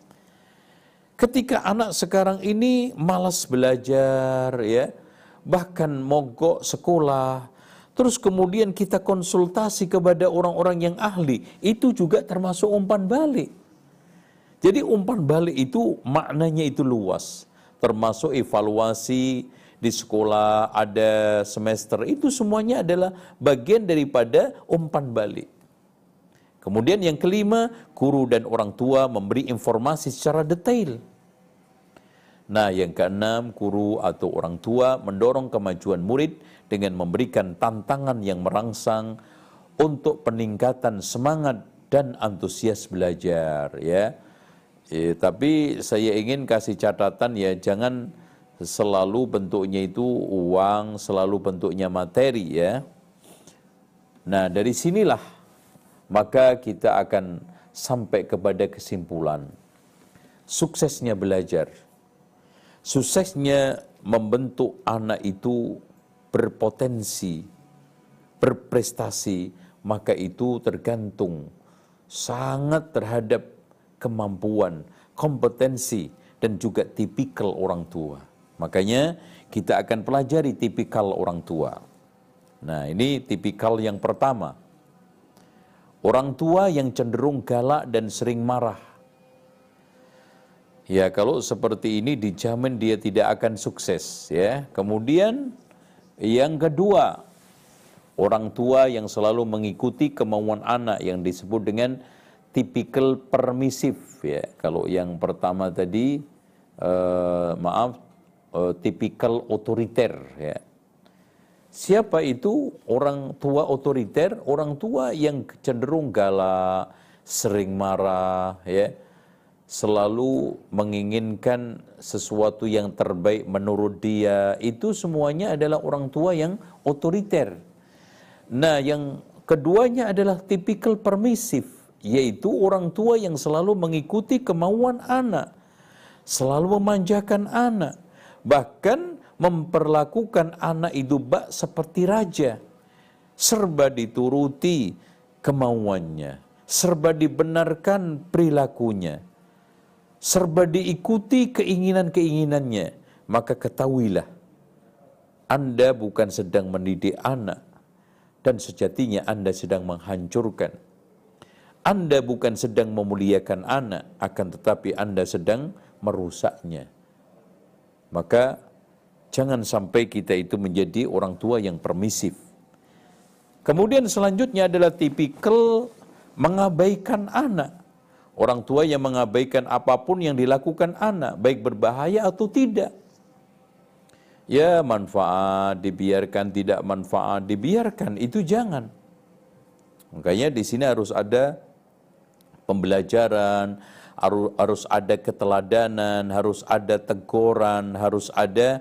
Speaker 2: Ketika anak sekarang ini malas belajar, ya, bahkan mogok sekolah, terus kemudian kita konsultasi kepada orang-orang yang ahli, itu juga termasuk umpan balik. Jadi umpan balik itu maknanya itu luas, termasuk evaluasi di sekolah, ada semester, itu semuanya adalah bagian daripada umpan balik. Kemudian yang kelima, guru dan orang tua memberi informasi secara detail. Nah, yang keenam, guru atau orang tua mendorong kemajuan murid dengan memberikan tantangan yang merangsang untuk peningkatan semangat dan antusias belajar, ya. Eh, tapi saya ingin kasih catatan, ya, jangan selalu bentuknya itu uang, selalu bentuknya materi, ya. Nah, dari sinilah maka kita akan sampai kepada kesimpulan suksesnya belajar, suksesnya membentuk anak itu berpotensi, berprestasi, maka itu tergantung sangat terhadap kemampuan, kompetensi, dan juga tipikal orang tua. Makanya kita akan pelajari tipikal orang tua. Nah, ini tipikal yang pertama. Orang tua yang cenderung galak dan sering marah. Ya, kalau seperti ini dijamin dia tidak akan sukses, ya. Kemudian yang kedua, orang tua yang selalu mengikuti kemauan anak yang disebut dengan tipikal permisif, ya. Kalau yang pertama tadi eh, maaf eh, tipikal otoriter, ya. Siapa itu orang tua otoriter? Orang tua yang cenderung galak, sering marah, ya. Selalu menginginkan sesuatu yang terbaik menurut dia. Itu semuanya adalah orang tua yang otoriter. Nah, yang keduanya adalah tipikal permisif, yaitu orang tua yang selalu mengikuti kemauan anak, selalu memanjakan anak, bahkan memperlakukan anak itu bak seperti raja, serba dituruti kemauannya, serba dibenarkan perilakunya, serba diikuti keinginan-keinginannya. Maka ketahuilah, Anda bukan sedang mendidik anak, dan sejatinya Anda sedang menghancurkan. Anda bukan sedang memuliakan anak, akan tetapi Anda sedang merusaknya. Maka jangan sampai kita itu menjadi orang tua yang permisif. Kemudian selanjutnya adalah tipikal mengabaikan anak. Orang tua yang mengabaikan apapun yang dilakukan anak, baik berbahaya atau tidak. Ya, manfaat dibiarkan, tidak manfaat dibiarkan, itu jangan. Makanya di sini harus ada pembelajaran, harus ada keteladanan, harus ada teguran, harus ada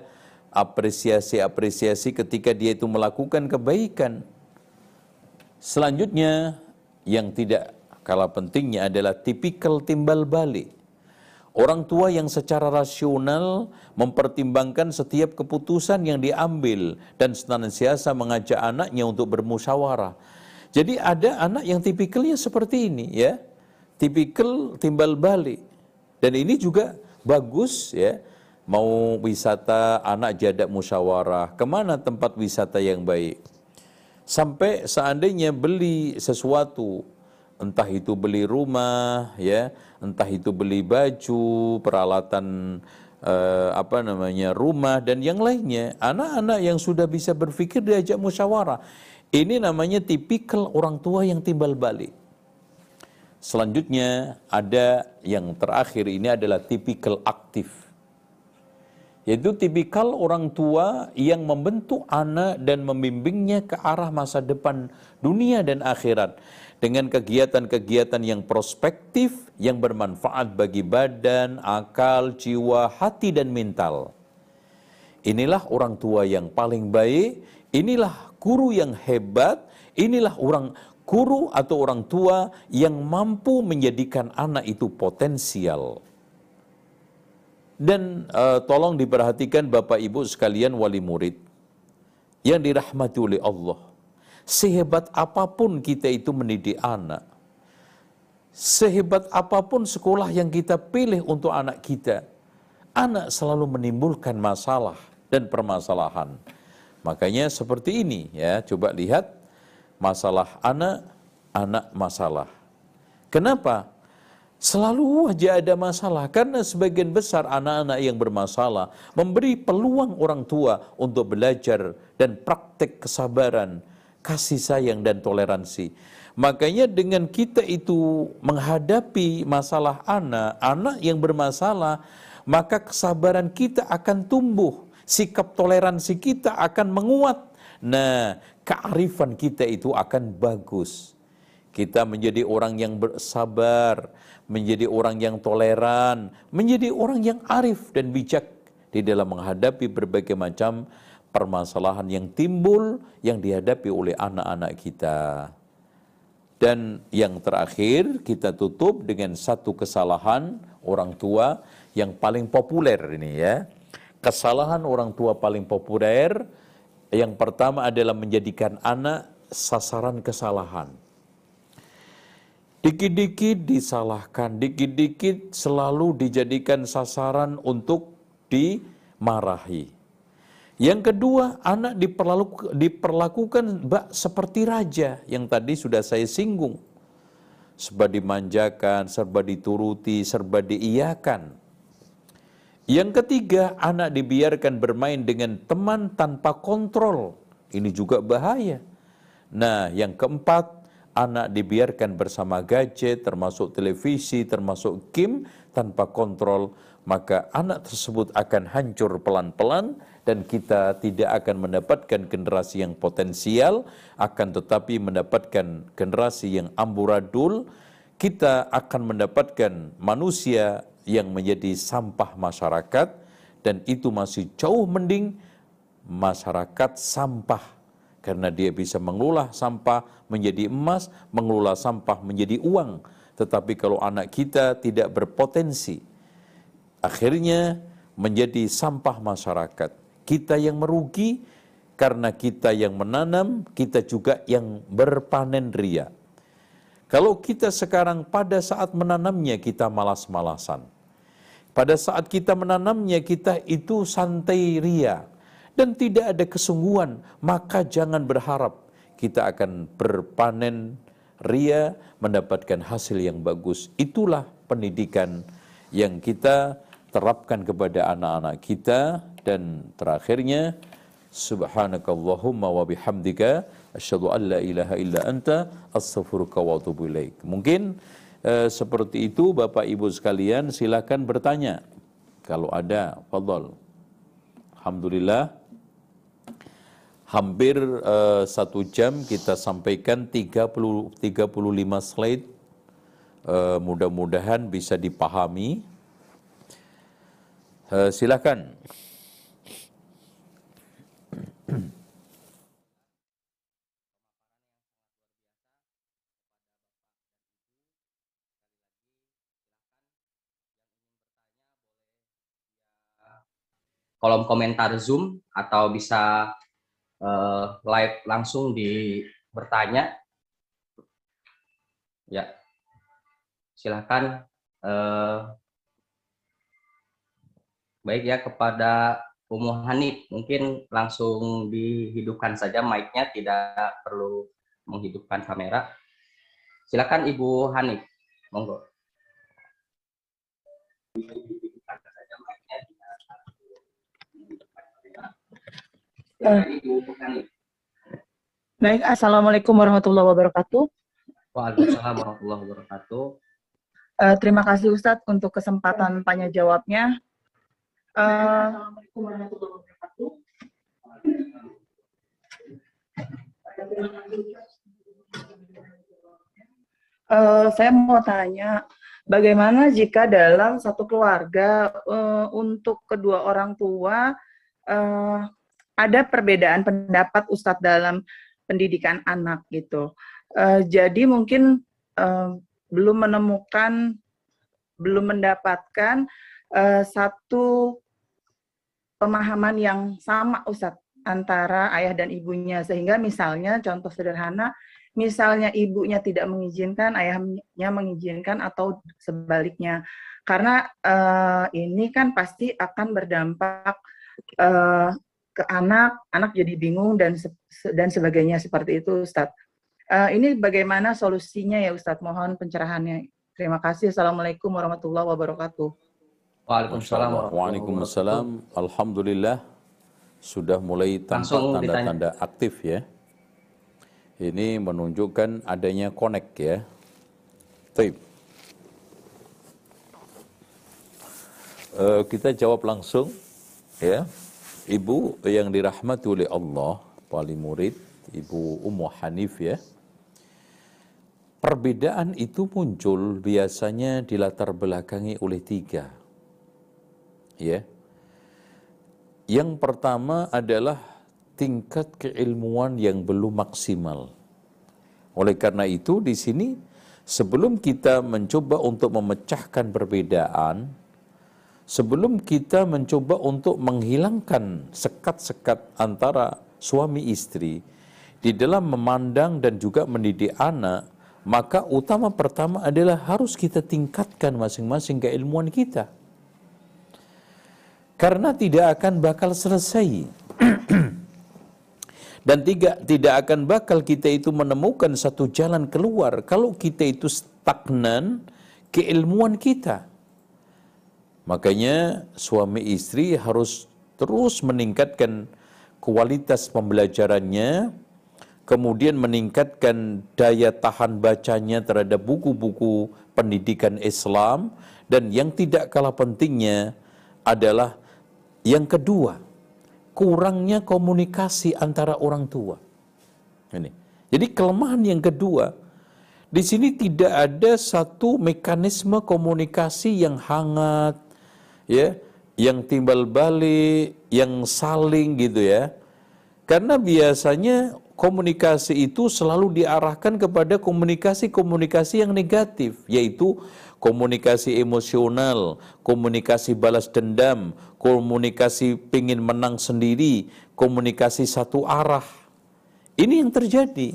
Speaker 2: apresiasi-apresiasi ketika dia itu melakukan kebaikan. Selanjutnya yang tidak kalah pentingnya adalah tipikal timbal balik. Orang tua yang secara rasional mempertimbangkan setiap keputusan yang diambil dan senantiasa mengajak anaknya untuk bermusyawarah. Jadi ada anak yang tipikalnya seperti ini ya, tipikal timbal balik. Dan ini juga bagus ya, mau wisata anak jadak musyawarah, kemana tempat wisata yang baik. Sampai seandainya beli sesuatu, entah itu beli rumah ya, entah itu beli baju, peralatan eh, apa namanya rumah dan yang lainnya, anak-anak yang sudah bisa berpikir diajak musyawarah. Ini namanya tipikal orang tua yang timbal balik. Selanjutnya ada yang terakhir, ini adalah tipikal aktif. Yaitu tipikal orang tua yang membentuk anak dan membimbingnya ke arah masa depan dunia dan akhirat dengan kegiatan-kegiatan yang prospektif, yang bermanfaat bagi badan, akal, jiwa, hati, dan mental. Inilah orang tua yang paling baik, inilah guru yang hebat, inilah orang guru atau orang tua yang mampu menjadikan anak itu potensial. Dan uh, tolong diperhatikan Bapak Ibu sekalian wali murid yang dirahmati oleh Allah. Sehebat apapun kita itu mendidik anak, sehebat apapun sekolah yang kita pilih untuk anak kita, anak selalu menimbulkan masalah dan permasalahan. Makanya seperti ini ya, coba lihat masalah anak, anak masalah. Kenapa? Selalu aja ada masalah, karena sebagian besar anak-anak yang bermasalah memberi peluang orang tua untuk belajar dan praktek kesabaran, kasih sayang dan toleransi. Makanya dengan kita itu menghadapi masalah anak, anak yang bermasalah, maka kesabaran kita akan tumbuh, sikap toleransi kita akan menguat. Nah, kearifan kita itu akan bagus. Kita menjadi orang yang bersabar, menjadi orang yang toleran, menjadi orang yang arif dan bijak di dalam menghadapi berbagai macam permasalahan yang timbul, yang dihadapi oleh anak-anak kita. Dan yang terakhir, kita tutup dengan satu kesalahan orang tua yang paling populer ini ya. Kesalahan orang tua paling populer, yang pertama adalah menjadikan anak sasaran kesalahan. Dikit-dikit disalahkan, dikit-dikit selalu dijadikan sasaran untuk dimarahi. Yang kedua, anak diperlaku, diperlakukan bak seperti raja yang tadi sudah saya singgung. Serba dimanjakan, serba dituruti, serba diiyakan. Yang ketiga, anak dibiarkan bermain dengan teman tanpa kontrol. Ini juga bahaya. Nah, yang keempat, anak dibiarkan bersama gadget, termasuk televisi, termasuk game, tanpa kontrol, maka anak tersebut akan hancur pelan-pelan dan kita tidak akan mendapatkan generasi yang potensial, akan tetapi mendapatkan generasi yang amburadul. Kita akan mendapatkan manusia yang menjadi sampah masyarakat, dan itu masih jauh mending masyarakat sampah. Karena dia bisa mengelola sampah menjadi emas, mengelola sampah menjadi uang. Tetapi kalau anak kita tidak berpotensi, akhirnya menjadi sampah masyarakat. Kita yang merugi karena kita yang menanam, kita juga yang berpanen ria. Kalau kita sekarang pada saat menanamnya kita malas-malasan. Pada saat kita menanamnya kita itu santai ria. Dan tidak ada kesungguhan, maka jangan berharap kita akan berpanen ria, mendapatkan hasil yang bagus. Itulah pendidikan yang kita terapkan kepada anak-anak kita. Dan terakhirnya, subhanakallahumma wa bihamdika asyhadu an la ilaha illa anta astaghfiruka wa atubu ilaik. Mungkin eh, seperti itu Bapak Ibu sekalian, silakan bertanya kalau ada. Fadhol. Alhamdulillah. Hampir uh, satu jam kita sampaikan tiga puluh, tiga puluh lima slide. Uh, mudah-mudahan bisa dipahami. Uh, silakan.
Speaker 1: kolom komentar Zoom atau bisa uh, live langsung di bertanya. Ya, silakan. Uh, baik ya, kepada Umu Hanif, mungkin langsung dihidupkan saja mic-nya, tidak perlu menghidupkan kamera. Silakan Ibu Hanif, monggo.
Speaker 3: Baik, Assalamualaikum warahmatullahi wabarakatuh.
Speaker 1: Waalaikumsalam warahmatullahi wabarakatuh.
Speaker 3: Uh, terima kasih Ustadz untuk kesempatan tanya jawabnya. Uh, Assalamualaikum warahmatullahi wabarakatuh. Uh, saya mau tanya, bagaimana jika dalam satu keluarga uh, untuk kedua orang tua uh, ada perbedaan pendapat Ustadz dalam pendidikan anak gitu. Uh, jadi mungkin uh, belum menemukan, belum mendapatkan uh, satu pemahaman yang sama Ustadz antara ayah dan ibunya, sehingga misalnya contoh sederhana, misalnya ibunya tidak mengizinkan, ayahnya mengizinkan atau sebaliknya, karena uh, ini kan pasti akan berdampak uh, ke anak, anak jadi bingung dan se dan sebagainya seperti itu Ustadz. Uh, ini bagaimana solusinya ya Ustadz? Mohon pencerahannya. Terima kasih. Assalamualaikum warahmatullahi wabarakatuh.
Speaker 1: Waalaikumsalam.
Speaker 2: Waalaikumsalam. Alhamdulillah sudah mulai tampak tanda-tanda aktif ya. Ini menunjukkan adanya connect ya. Baik. Uh, kita jawab langsung ya. Ibu yang dirahmati oleh Allah, wali murid, Ibu Ummu Hanif ya. Perbedaan itu muncul biasanya dilatar belakangi oleh tiga. Ya. Yang pertama adalah tingkat keilmuan yang belum maksimal. Oleh karena itu di sini sebelum kita mencoba untuk memecahkan perbedaan, sebelum kita mencoba untuk menghilangkan sekat-sekat antara suami istri di dalam memandang dan juga mendidik anak, maka utama pertama adalah harus kita tingkatkan masing-masing keilmuan kita. Karena tidak akan bakal selesai. Dan tiga, tidak akan bakal kita itu menemukan satu jalan keluar kalau kita itu stagnan keilmuan kita. Makanya suami istri harus terus meningkatkan kualitas pembelajarannya, kemudian meningkatkan daya tahan bacanya terhadap buku-buku pendidikan Islam, dan yang tidak kalah pentingnya adalah yang kedua, kurangnya komunikasi antara orang tua. Ini. Jadi kelemahan yang kedua, di sini tidak ada satu mekanisme komunikasi yang hangat, ya, yang timbal balik, yang saling gitu ya. Karena biasanya komunikasi itu selalu diarahkan kepada komunikasi-komunikasi yang negatif, yaitu komunikasi emosional, komunikasi balas dendam, komunikasi pingin menang sendiri, komunikasi satu arah. Ini yang terjadi.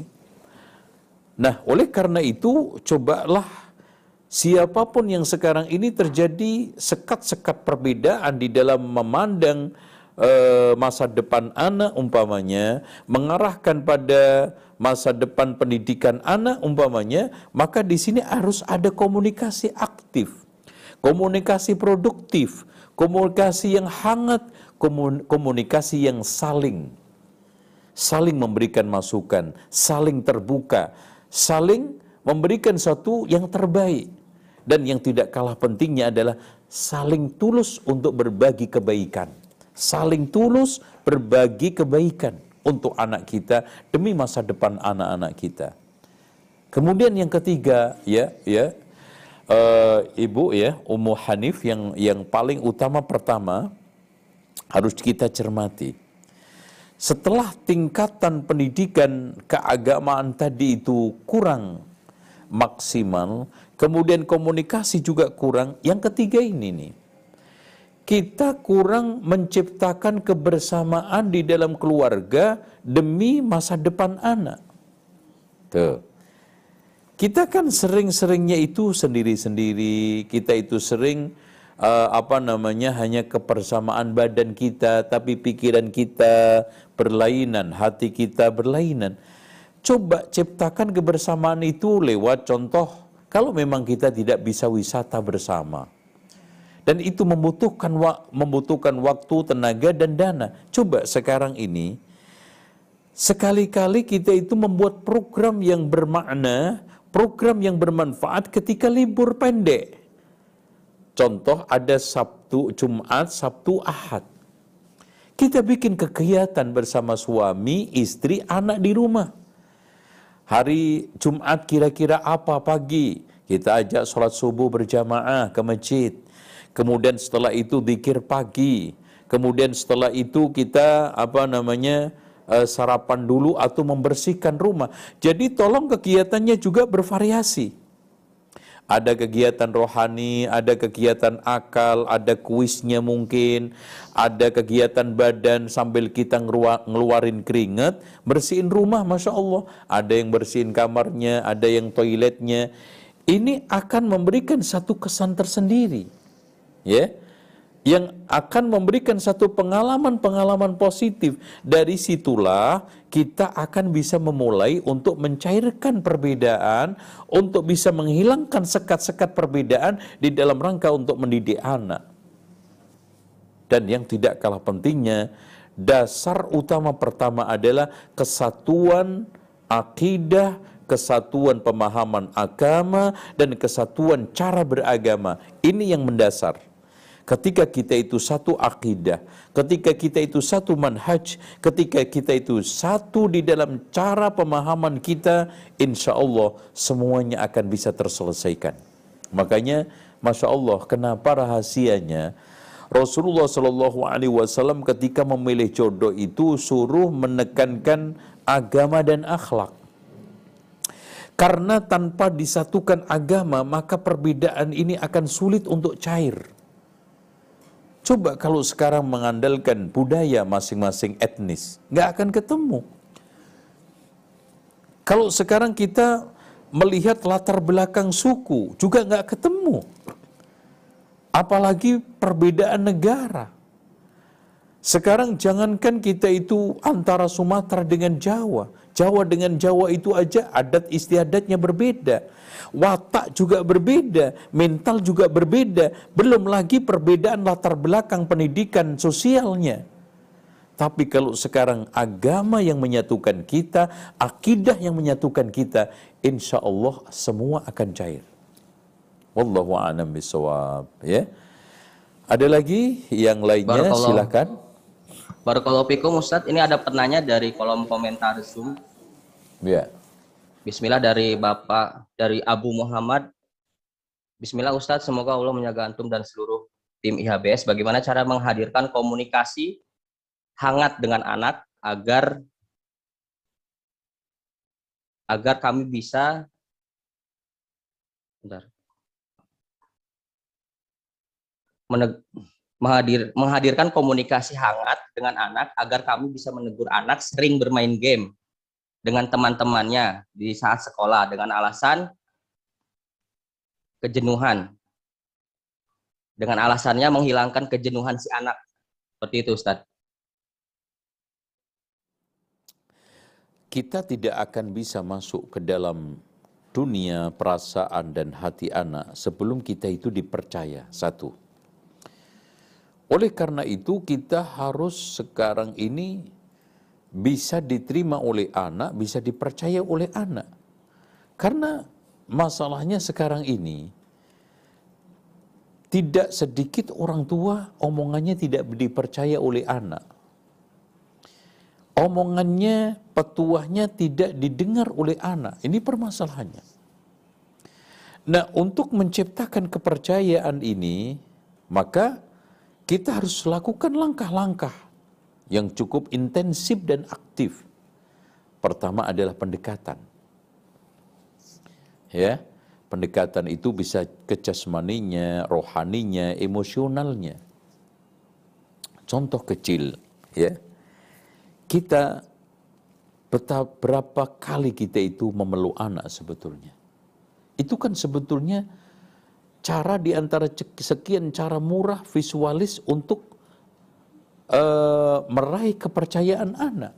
Speaker 2: Nah, oleh karena itu, cobalah siapapun yang sekarang ini terjadi sekat-sekat perbedaan di dalam memandang uh, masa depan anak umpamanya, mengarahkan pada masa depan pendidikan anak umpamanya, maka di sini harus ada komunikasi aktif, komunikasi produktif, komunikasi yang hangat, komunikasi yang saling, saling memberikan masukan, saling terbuka, saling memberikan satu yang terbaik. Dan yang tidak kalah pentingnya adalah saling tulus untuk berbagi kebaikan, saling tulus berbagi kebaikan untuk anak kita demi masa depan anak-anak kita. Kemudian yang ketiga, ya, ya, uh, Ibu ya, Ummu Hanif, yang yang paling utama pertama harus kita cermati. Setelah tingkatan pendidikan keagamaan tadi itu kurang maksimal, kemudian komunikasi juga kurang. Yang ketiga ini nih, kita kurang menciptakan kebersamaan di dalam keluarga demi masa depan anak. Tuh. Kita kan sering-seringnya itu sendiri-sendiri, kita itu sering uh, apa namanya hanya kebersamaan badan kita, tapi pikiran kita berlainan, hati kita berlainan. Coba ciptakan kebersamaan itu lewat contoh, kalau memang kita tidak bisa wisata bersama. Dan itu membutuhkan membutuhkan waktu, tenaga, dan dana. Coba sekarang ini, sekali-kali kita itu membuat program yang bermakna, program yang bermanfaat ketika libur pendek. Contoh ada Sabtu, Jumat, Sabtu, Ahad. Kita bikin kegiatan bersama suami, istri, anak di rumah. Hari Jumat kira-kira apa pagi? Kita ajak sholat subuh berjamaah ke masjid. Kemudian setelah itu zikir pagi. Kemudian setelah itu kita apa namanya sarapan dulu atau membersihkan rumah. Jadi tolong kegiatannya juga bervariasi. Ada kegiatan rohani, ada kegiatan akal, ada kuisnya mungkin, ada kegiatan badan sambil kita ngeluarin keringat, bersihin rumah, Masya Allah. Ada yang bersihin kamarnya, ada yang toiletnya. Ini akan memberikan satu kesan tersendiri, ya, yang akan memberikan satu pengalaman-pengalaman positif. Dari situlah kita akan bisa memulai untuk mencairkan perbedaan, untuk bisa menghilangkan sekat-sekat perbedaan di dalam rangka untuk mendidik anak. Dan yang tidak kalah pentingnya, dasar utama pertama adalah kesatuan akidah, kesatuan pemahaman agama, dan kesatuan cara beragama. Ini yang mendasar. Ketika kita itu satu akidah, ketika kita itu satu manhaj, ketika kita itu satu di dalam cara pemahaman kita, insya Allah semuanya akan bisa terselesaikan. Makanya, Masya Allah, kenapa rahasianya Rasulullah Shallallahu Alaihi Wasallam ketika memilih jodoh itu suruh menekankan agama dan akhlak. Karena tanpa disatukan agama, maka perbedaan ini akan sulit untuk cair. Coba kalau sekarang mengandalkan budaya masing-masing etnis, nggak akan ketemu. Kalau sekarang kita melihat latar belakang suku, juga nggak ketemu. Apalagi perbedaan negara. Sekarang jangankan kita itu antara Sumatera dengan Jawa, Jawa dengan Jawa itu aja adat istiadatnya berbeda. Watak juga berbeda, mental juga berbeda, belum lagi perbedaan latar belakang pendidikan sosialnya. Tapi kalau sekarang agama yang menyatukan kita, akidah yang menyatukan kita, insya Allah semua akan cair. Wallahu a'lam bishawab. Ya. Ada lagi yang lainnya?
Speaker 1: Barakallah.
Speaker 2: Silakan.
Speaker 1: Barakallahu fikum Ustadz, ini ada penanya dari kolom komentar Zoom.
Speaker 2: Ya.
Speaker 1: Bismillah dari Bapak, dari Abu Muhammad. Bismillah Ustadz, semoga Allah menjaga antum dan seluruh tim I H B S. Bagaimana cara menghadirkan komunikasi hangat dengan anak agar agar kami bisa bentar, meneg, menghadir, menghadirkan komunikasi hangat dengan anak agar kami bisa menegur anak sering bermain game dengan teman-temannya di saat sekolah dengan alasan kejenuhan. Dengan alasannya menghilangkan kejenuhan si anak. Seperti itu, Ustadz.
Speaker 2: Kita tidak akan bisa masuk ke dalam dunia perasaan dan hati anak sebelum kita itu dipercaya. Satu. Oleh karena itu kita harus sekarang ini bisa diterima oleh anak, bisa dipercaya oleh anak. Karena masalahnya sekarang ini, tidak sedikit orang tua omongannya tidak dipercaya oleh anak. Omongannya, petuahnya tidak didengar oleh anak. Ini permasalahannya. Nah, untuk menciptakan kepercayaan ini, maka kita harus lakukan langkah-langkah yang cukup intensif dan aktif. Pertama adalah pendekatan. Ya, pendekatan itu bisa ke jasmaninya, rohaninya, emosionalnya. contoh kecil, ya. Kita betapa berapa kali kita itu memeluk anak sebetulnya. Itu kan sebetulnya cara di antara sekian cara murah visualis untuk uh, meraih kepercayaan anak.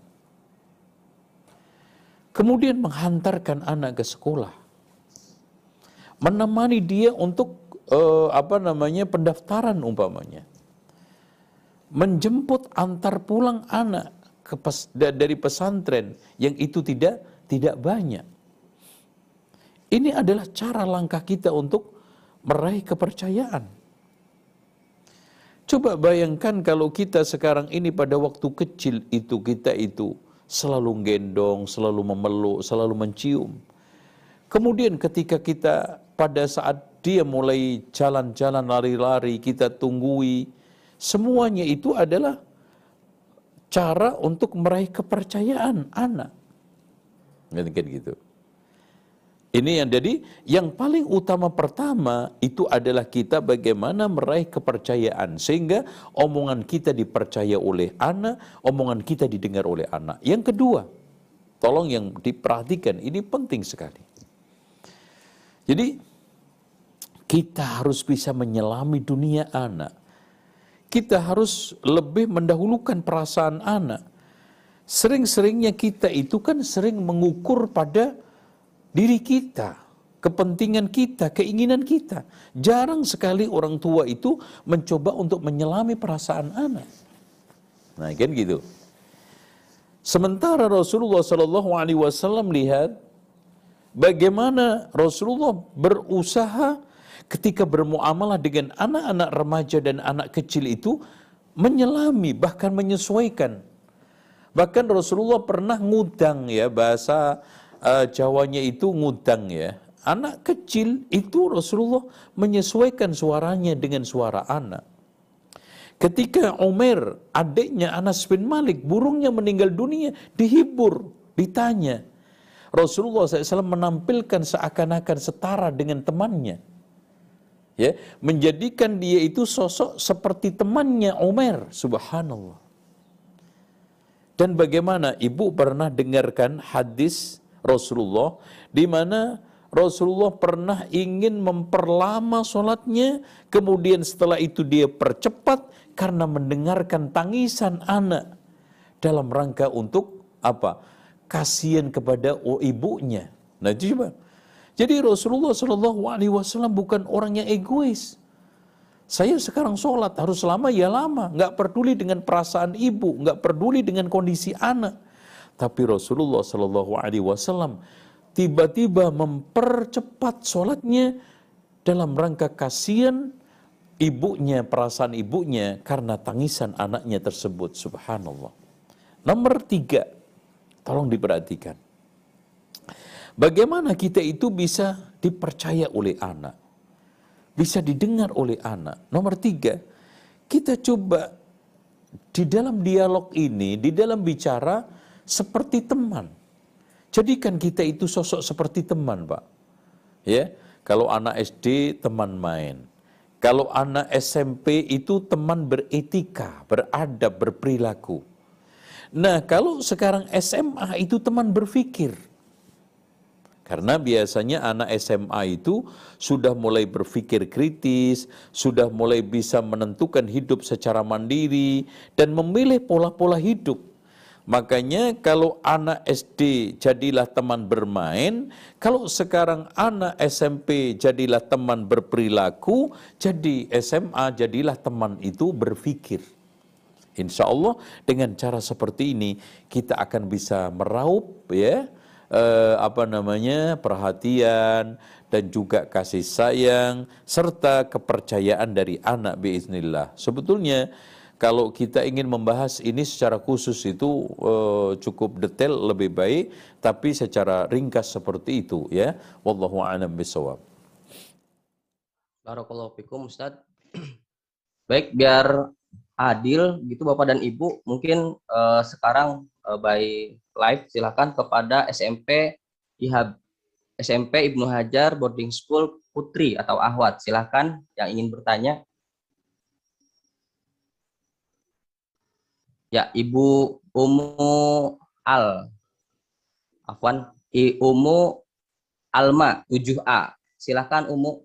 Speaker 2: Kemudian menghantarkan anak ke sekolah. Menemani dia untuk uh, apa namanya pendaftaran umpamanya. Menjemput antar pulang anak ke pes, dari pesantren yang itu tidak tidak banyak. Ini adalah cara langkah kita untuk meraih kepercayaan. Coba bayangkan kalau kita sekarang ini pada waktu kecil itu kita itu selalu gendong, selalu memeluk, selalu mencium. Kemudian ketika kita pada saat dia mulai jalan-jalan lari-lari, kita tunggui, semuanya itu adalah cara untuk meraih kepercayaan anak. Kan gitu. Ini yang jadi yang paling utama pertama itu adalah kita bagaimana meraih kepercayaan sehingga omongan kita dipercaya oleh anak, omongan kita didengar oleh anak. Yang kedua, tolong yang diperhatikan, ini penting sekali. Jadi kita harus bisa menyelami dunia anak. Kita harus lebih mendahulukan perasaan anak. Sering-seringnya kita itu kan sering mengukur pada diri kita, kepentingan kita, keinginan kita. Jarang sekali orang tua itu mencoba untuk menyelami perasaan anak. Nah, kan gitu. Sementara Rasulullah Shallallahu Alaihi Wasallam lihat bagaimana Rasulullah berusaha ketika bermuamalah dengan anak-anak remaja dan anak kecil itu menyelami, bahkan menyesuaikan. Bahkan Rasulullah pernah ngudang, ya, bahasa uh, Jawanya itu ngudang, ya. Anak kecil itu Rasulullah menyesuaikan suaranya dengan suara anak. Ketika Umar, adiknya Anas bin Malik, burungnya meninggal dunia, dihibur, ditanya. Rasulullah shallallahu alaihi wasallam menampilkan seakan-akan setara dengan temannya. Ya, menjadikan dia itu sosok seperti temannya Umar, subhanallah. Dan bagaimana ibu pernah dengarkan hadis Rasulullah di mana Rasulullah pernah ingin memperlama sholatnya, kemudian setelah itu dia percepat karena mendengarkan tangisan anak dalam rangka untuk apa? Kasihan kepada oh, ibunya. Nah, itu coba. Jadi Rasulullah Shallallahu Alaihi Wasallam bukan orang yang egois. Saya sekarang sholat harus lama ya lama, nggak peduli dengan perasaan ibu, nggak peduli dengan kondisi anak. Tapi Rasulullah Shallallahu Alaihi Wasallam tiba-tiba mempercepat sholatnya dalam rangka kasihan ibunya, perasaan ibunya karena tangisan anaknya tersebut. Subhanallah. Nomor tiga, tolong diperhatikan. Bagaimana kita itu bisa dipercaya oleh anak, bisa didengar oleh anak. Nomor tiga, kita coba di dalam dialog ini, di dalam bicara seperti teman. Jadikan kita itu sosok seperti teman, Pak. Ya, kalau anak S D teman main, kalau anak S M P itu teman beretika, beradab, berperilaku. Nah, kalau sekarang S M A itu teman berpikir. Karena biasanya anak S M A itu sudah mulai berpikir kritis, sudah mulai bisa menentukan hidup secara mandiri, dan memilih pola-pola hidup. Makanya kalau anak S D jadilah teman bermain, kalau sekarang anak S M P jadilah teman berperilaku, jadi S M A jadilah teman itu berpikir. Insya Allah dengan cara seperti ini kita akan bisa meraup, ya, Eh, apa namanya perhatian dan juga kasih sayang serta kepercayaan dari anak biiznillah. Sebetulnya kalau kita ingin membahas ini secara khusus itu eh, cukup detail lebih baik, tapi secara ringkas seperti itu, ya. Wallahu a'lam bishawab.
Speaker 1: Barakallahu fikum Ustaz. Baik, biar adil gitu Bapak dan Ibu, mungkin uh, sekarang uh, by live silakan kepada S M P I H S M P Ibnu Hajar Boarding School Putri atau Ahwat, silakan yang ingin bertanya. Ya, Ibu Umu Al. Afwan, I Umu Alma tujuh A. Silakan Umu.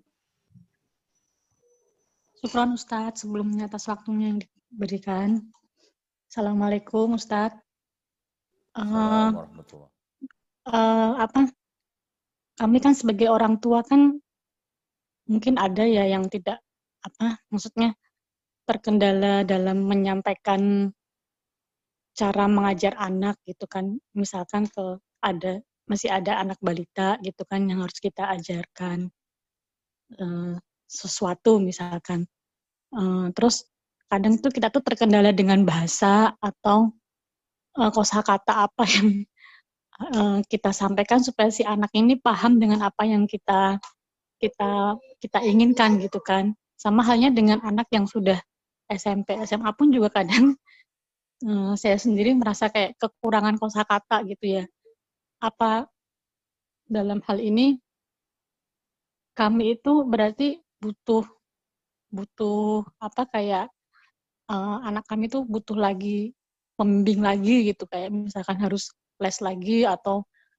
Speaker 4: Syukron Ustadz sebelumnya atas waktunya yang diberikan. Assalamualaikum Ustadz. Uh,
Speaker 2: Assalamualaikum warahmatullahi
Speaker 4: uh, apa? Kami kan sebagai orang tua kan mungkin ada ya yang tidak apa, maksudnya terkendala dalam menyampaikan cara mengajar anak gitu kan. Misalkan ke ada masih ada anak balita gitu kan yang harus kita ajarkan uh, sesuatu misalkan. Uh, terus kadang tuh kita tuh terkendala dengan bahasa atau uh, kosakata apa yang uh, kita sampaikan supaya si anak ini paham dengan apa yang kita kita kita inginkan gitu kan. Sama halnya dengan anak yang sudah S M P, S M A pun juga kadang uh, saya sendiri merasa kayak kekurangan kosakata gitu ya. Apa dalam hal ini kami itu berarti butuh butuh apa kayak uh, anak kami tuh butuh lagi pembimbing lagi gitu, kayak misalkan harus les lagi atau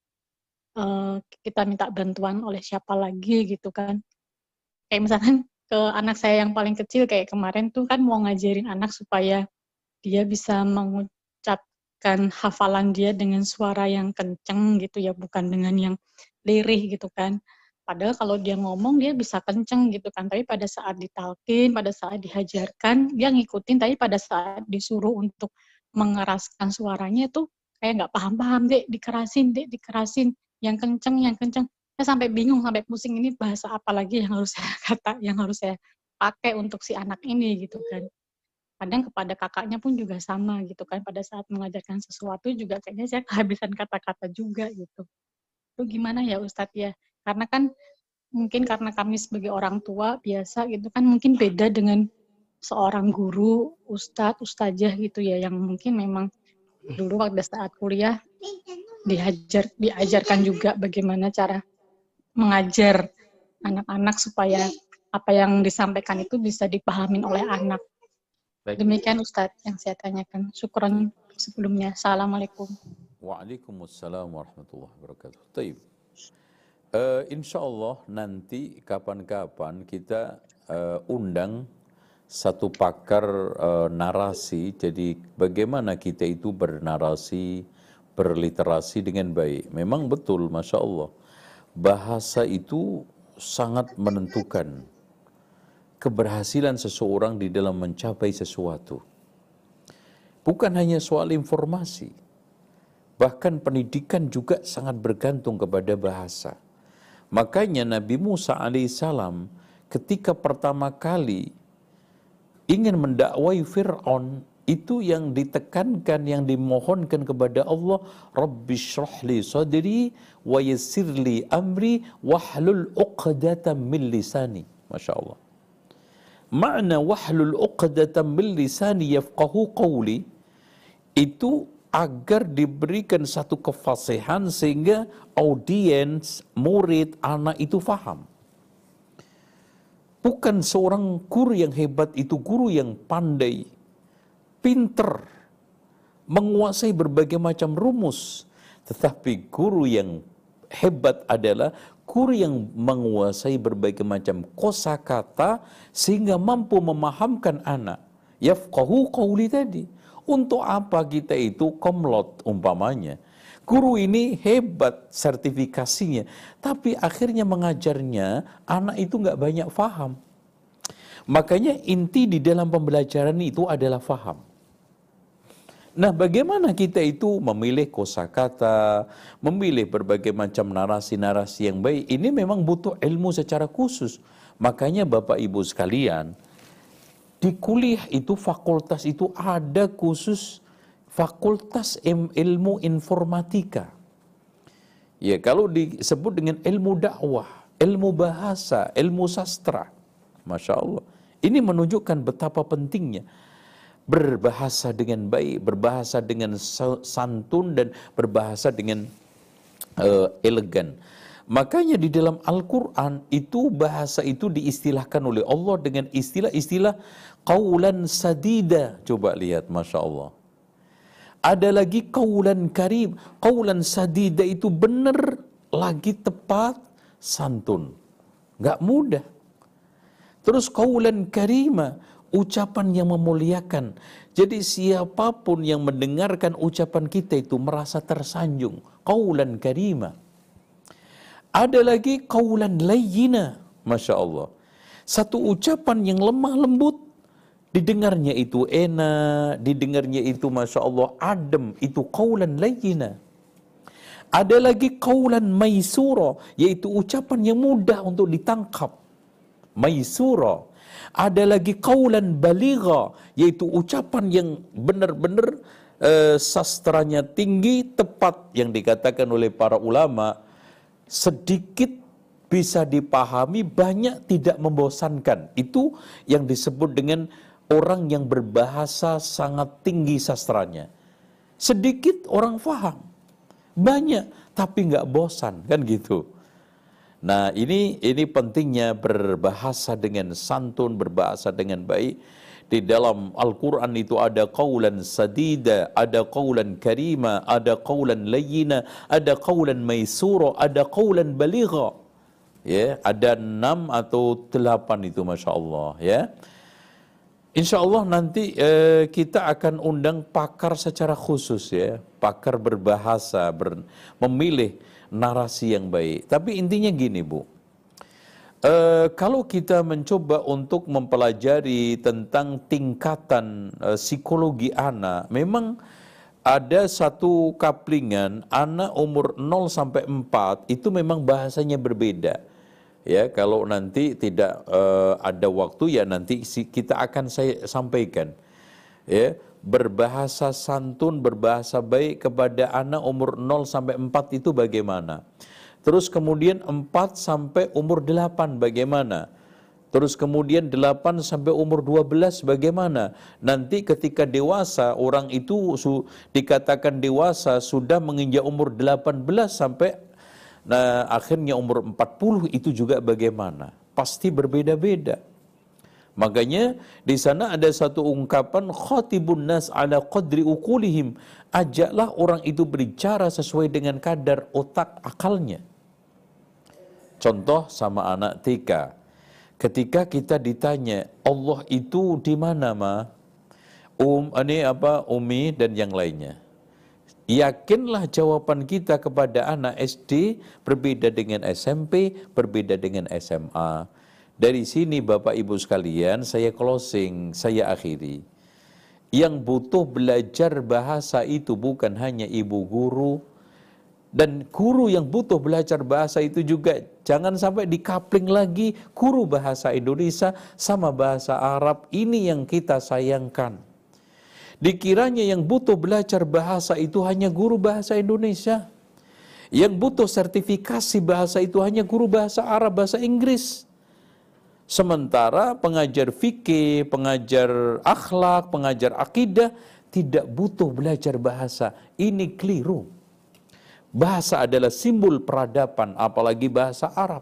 Speaker 4: uh, kita minta bantuan oleh siapa lagi gitu kan. Kayak misalkan ke anak saya yang paling kecil kayak kemarin tuh kan mau ngajarin anak supaya dia bisa mengucapkan hafalan dia dengan suara yang kenceng gitu ya, bukan dengan yang lirih gitu kan. Padahal kalau dia ngomong dia bisa kenceng gitu kan, tapi pada saat ditalkin, pada saat dihajarkan, dia ngikutin, tapi pada saat disuruh untuk mengeraskan suaranya itu kayak nggak paham-paham, dek dikerasin, dek dikerasin, yang kenceng, yang kenceng. Saya sampai bingung, sampai pusing ini bahasa apa lagi yang harus saya kata, yang harus saya pakai untuk si anak ini gitu kan. Kadang kepada kakaknya pun juga sama gitu kan, pada saat mengajarkan sesuatu juga kayaknya saya kehabisan kata-kata juga gitu. Itu gimana ya Ustadz ya? Karena kan mungkin karena kami sebagai orang tua biasa gitu kan mungkin beda dengan seorang guru, ustadz, ustazah gitu ya yang mungkin memang dulu waktu saat kuliah diajar diajarkan juga bagaimana cara mengajar anak-anak supaya apa yang disampaikan itu bisa dipahamin oleh anak.
Speaker 2: Baik.
Speaker 4: Demikian Ustadz yang saya tanyakan. Syukron sebelumnya. Assalamualaikum.
Speaker 2: Waalaikumsalam warahmatullahi wabarakatuh. Taib. Uh, insya Allah nanti kapan-kapan kita uh, undang satu pakar uh, narasi. Jadi bagaimana kita itu bernarasi, berliterasi dengan baik. Memang betul, Masya Allah. Bahasa itu sangat menentukan keberhasilan seseorang di dalam mencapai sesuatu. Bukan hanya soal informasi. Bahkan pendidikan juga sangat bergantung kepada bahasa. Makanya Nabi Musa alaihissalam ketika pertama kali ingin mendakwai Fir'aun, itu yang ditekankan, yang dimohonkan kepada Allah, Rabbi syrahli sadri wa yassirli amri wahlul uqdatan min lisani. Masya Allah. Makna wahlul uqdatan min lisani yafqahu qawli itu agar diberikan satu kefasihan sehingga audiens, murid, anak itu faham. Bukan seorang guru yang hebat itu guru yang pandai, pinter, menguasai berbagai macam rumus. Tetapi guru yang hebat adalah guru yang menguasai berbagai macam kosakata sehingga mampu memahamkan anak. Yafqahu qawli tadi. Untuk apa kita itu komlot umpamanya. Guru ini hebat sertifikasinya, tapi akhirnya mengajarnya, anak itu nggak banyak faham. Makanya inti di dalam pembelajaran itu adalah faham. Nah, bagaimana kita itu memilih kosakata, memilih berbagai macam narasi-narasi yang baik, ini memang butuh ilmu secara khusus. Makanya Bapak Ibu sekalian, di kuliah itu fakultas itu ada khusus fakultas ilmu informatika. Ya, kalau disebut dengan ilmu dakwah, ilmu bahasa, ilmu sastra. Masya Allah. Ini menunjukkan betapa pentingnya berbahasa dengan baik, berbahasa dengan santun dan berbahasa dengan uh, elegan. Makanya di dalam Al-Quran itu bahasa itu diistilahkan oleh Allah dengan istilah-istilah qawlan sadida. Coba lihat, Masya Allah. Ada lagi qaulan karim, qaulan sadida itu benar lagi tepat, santun. Enggak mudah. Terus qaulan karima, ucapan yang memuliakan. Jadi siapapun yang mendengarkan ucapan kita itu merasa tersanjung. Qaulan karima. Ada lagi qaulan layyina, Masya Allah. Satu ucapan yang lemah lembut, didengarnya itu enak, didengarnya itu Masya Allah adem, itu qaulan layyina. Ada lagi qaulan maisura, yaitu ucapan yang mudah untuk ditangkap. Maisura. Ada lagi qaulan baligha, yaitu ucapan yang benar-benar eh, sastranya tinggi, tepat, yang dikatakan oleh para ulama, sedikit bisa dipahami, banyak tidak membosankan. Itu yang disebut dengan orang yang berbahasa sangat tinggi sastranya. Sedikit orang faham, banyak tapi nggak bosan, kan gitu. Nah ini ini pentingnya berbahasa dengan santun, berbahasa dengan baik. Di dalam Al-Quran itu ada qaulan sadida, ada qaulan karima, ada qaulan layyina, ada qaulan maisura, ada qaulan baligha. Ya, ada enam atau delapan itu, Masya Allah. Ya, Insya Allah nanti eh, kita akan undang pakar secara khusus, ya, pakar berbahasa, ber, memilih narasi yang baik. Tapi intinya gini, Bu. Uh, kalau kita mencoba untuk mempelajari tentang tingkatan uh, psikologi anak, memang ada satu kaplingan anak umur nol sampai empat itu memang bahasanya berbeda. Ya, kalau nanti tidak uh, ada waktu, ya nanti kita akan saya sampaikan. Ya, berbahasa santun, berbahasa baik kepada anak umur nol sampai empat itu bagaimana? Terus kemudian empat sampai umur delapan bagaimana? Terus kemudian delapan sampai umur dua belas bagaimana? Nanti ketika dewasa, orang itu su, dikatakan dewasa sudah menginjak umur delapan belas sampai nah, akhirnya umur empat puluh itu juga bagaimana? Pasti berbeda-beda. Makanya di sana ada satu ungkapan, khatibun nas ala qadri uqulihim. Ajaklah orang itu berbicara sesuai dengan kadar otak akalnya. Contoh sama anak T K. Ketika kita ditanya, Allah itu di mana, Ma? Um, ini apa, Umi dan yang lainnya. Yakinlah jawaban kita kepada anak S D berbeda dengan S M P, berbeda dengan S M A. Dari sini Bapak Ibu sekalian, saya closing, saya akhiri. Yang butuh belajar bahasa itu bukan hanya ibu guru, dan guru yang butuh belajar bahasa itu juga jangan sampai dikapling lagi guru bahasa Indonesia sama bahasa Arab. Ini yang kita sayangkan. Dikiranya yang butuh belajar bahasa itu hanya guru bahasa Indonesia. Yang butuh sertifikasi bahasa itu hanya guru bahasa Arab, bahasa Inggris. Sementara pengajar fikih, pengajar akhlak, pengajar akidah tidak butuh belajar bahasa. Ini keliru. Bahasa adalah simbol peradaban, apalagi bahasa Arab.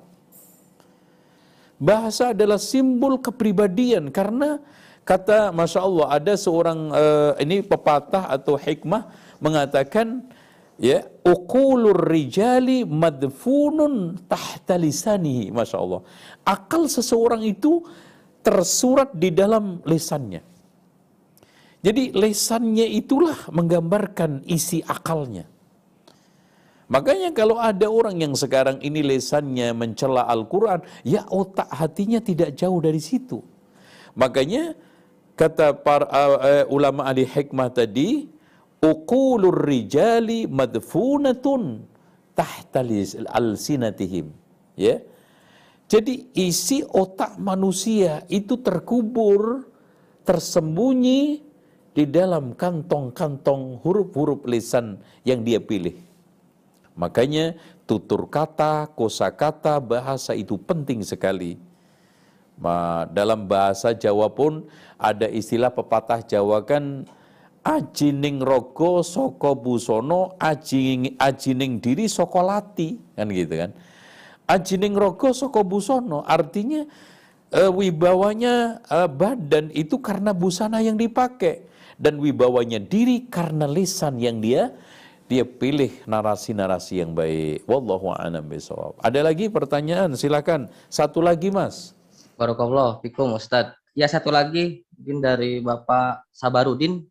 Speaker 2: Bahasa adalah simbol kepribadian, karena kata Masya Allah ada seorang uh, ini pepatah atau hikmah mengatakan, ya, uqulur rijali madfunun tahta lisanihi. Masya Allah, akal seseorang itu tersurat di dalam lisannya. Jadi lisannya itulah menggambarkan isi akalnya. Makanya kalau ada orang yang sekarang ini lisannya mencela Al-Quran, ya otak hatinya tidak jauh dari situ. Makanya kata para uh, ulama ahli hikmah tadi, uqulur rijali madfunatun tahta alsinatihim. Ya. Jadi isi otak manusia itu terkubur, tersembunyi di dalam kantong-kantong huruf-huruf lisan yang dia pilih. Makanya tutur kata, kosakata, bahasa itu penting sekali. Dalam bahasa Jawa pun ada istilah pepatah Jawa kan, ajining rogo soko busono, ajining, ajining diri soko lati, kan gitu kan. Ajining rogo soko busono artinya e, wibawanya e, badan itu karena busana yang dipakai, dan wibawanya diri karena lisan yang dia dia pilih narasi-narasi yang baik. Wallahu a'lam bishawab. Ada lagi pertanyaan? Silakan. Satu lagi, Mas.
Speaker 1: Barakallah fikum Ustadz. Ya, satu lagi mungkin dari Bapak Sabarudin.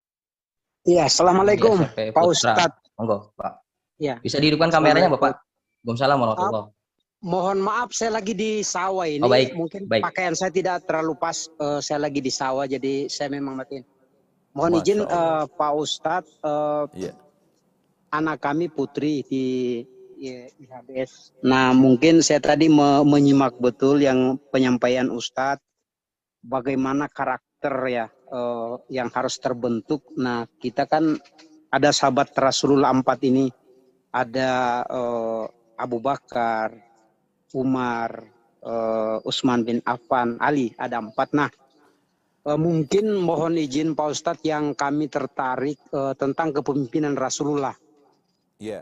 Speaker 5: Iya, assalamualaikum
Speaker 1: S F P
Speaker 5: Pak
Speaker 1: Putra.
Speaker 5: Ustadz.
Speaker 1: Monggo, Pak.
Speaker 5: Ya.
Speaker 1: Bisa dihidupkan kameranya, Bapak? Waalaikumsalam warahmatullahi.
Speaker 5: Mohon maaf, saya lagi di sawah ini.
Speaker 1: Oh, baik.
Speaker 5: Mungkin
Speaker 1: Baik.
Speaker 5: pakaian saya tidak terlalu pas. Uh, saya lagi di sawah, jadi saya memang matiin. Mohon
Speaker 2: Masya
Speaker 5: izin
Speaker 2: Allah.
Speaker 5: uh, Pak Ustadz, uh,
Speaker 2: Iya.
Speaker 5: anak kami putri di I H B S. Nah, mungkin saya tadi me menyimak betul yang penyampaian Ustadz, bagaimana karakter ya uh, yang harus terbentuk. Nah, kita kan ada sahabat Rasulullah empat ini, ada uh, Abu Bakar, Umar, uh, Utsman bin Affan, Ali, ada empat. Nah, uh, mungkin mohon izin Pak Ustadz yang kami tertarik uh, tentang kepemimpinan Rasulullah.
Speaker 2: Iya.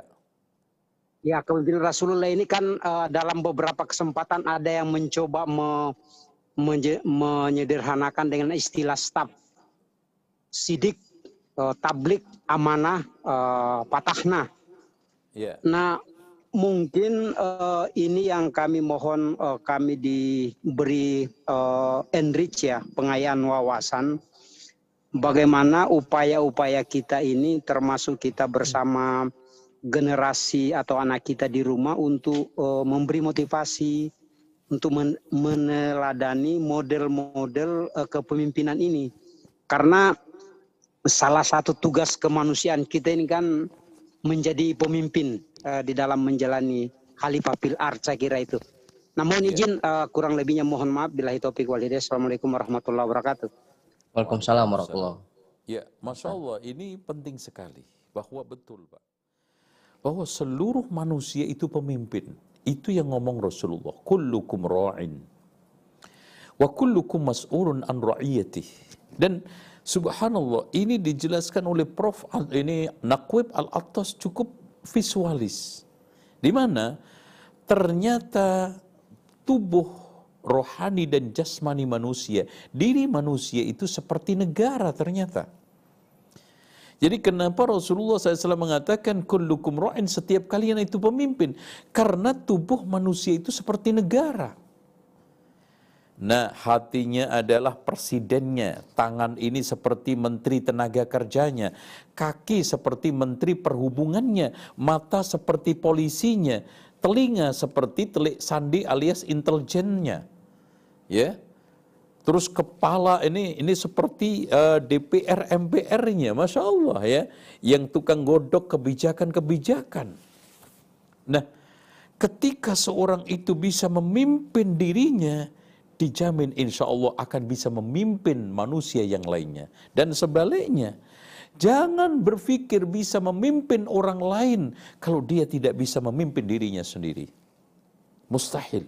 Speaker 5: Ya, kepemimpinan Rasulullah ini kan uh, dalam beberapa kesempatan ada yang mencoba me, menje, menyederhanakan dengan istilah staf, sidik, uh, tablik, amanah, uh, patahna.
Speaker 2: Iya.
Speaker 5: Nah, mungkin uh, ini yang kami mohon uh, kami diberi uh, enrich ya, pengayaan wawasan. Bagaimana upaya-upaya kita ini termasuk kita bersama generasi atau anak kita di rumah untuk uh, memberi motivasi untuk men meneladani model-model uh, kepemimpinan ini. Karena salah satu tugas kemanusiaan kita ini kan menjadi pemimpin uh, di dalam menjalani Khalifah fil Ard, saya kira itu. Nah, mohon izin uh, kurang lebihnya mohon maaf. Billahi taufiq wal hidayah. Assalamualaikum warahmatullahi wabarakatuh.
Speaker 1: Waalaikumsalam warahmatullahi.
Speaker 2: Ya, Masya Allah, ini penting sekali. Bahwa betul, Pak. Bahwa seluruh manusia itu pemimpin. Itu yang ngomong Rasulullah. Kullukum ra'in. Wa kullukum mas'ulun an ra'iyatih. Dan subhanallah, ini dijelaskan oleh Prof ini Naqwib Al-Attas cukup visualis. Di mana ternyata tubuh rohani dan jasmani manusia, diri manusia itu seperti negara ternyata. Jadi kenapa Rasulullah shallallahu alaihi wasallam mengatakan kullukum ra'in, setiap kalian itu pemimpin? Karena tubuh manusia itu seperti negara. Nah, hatinya adalah presidennya, tangan ini seperti menteri tenaga kerjanya, kaki seperti menteri perhubungannya, mata seperti polisinya, telinga seperti telik sandi alias intelijennya. Ya. Terus kepala ini ini seperti uh, D P R M P R-nya, Masya Allah ya, yang tukang godok kebijakan-kebijakan. Nah, ketika seorang itu bisa memimpin dirinya, dijamin insya Allah akan bisa memimpin manusia yang lainnya. Dan sebaliknya, jangan berpikir bisa memimpin orang lain kalau dia tidak bisa memimpin dirinya sendiri. Mustahil.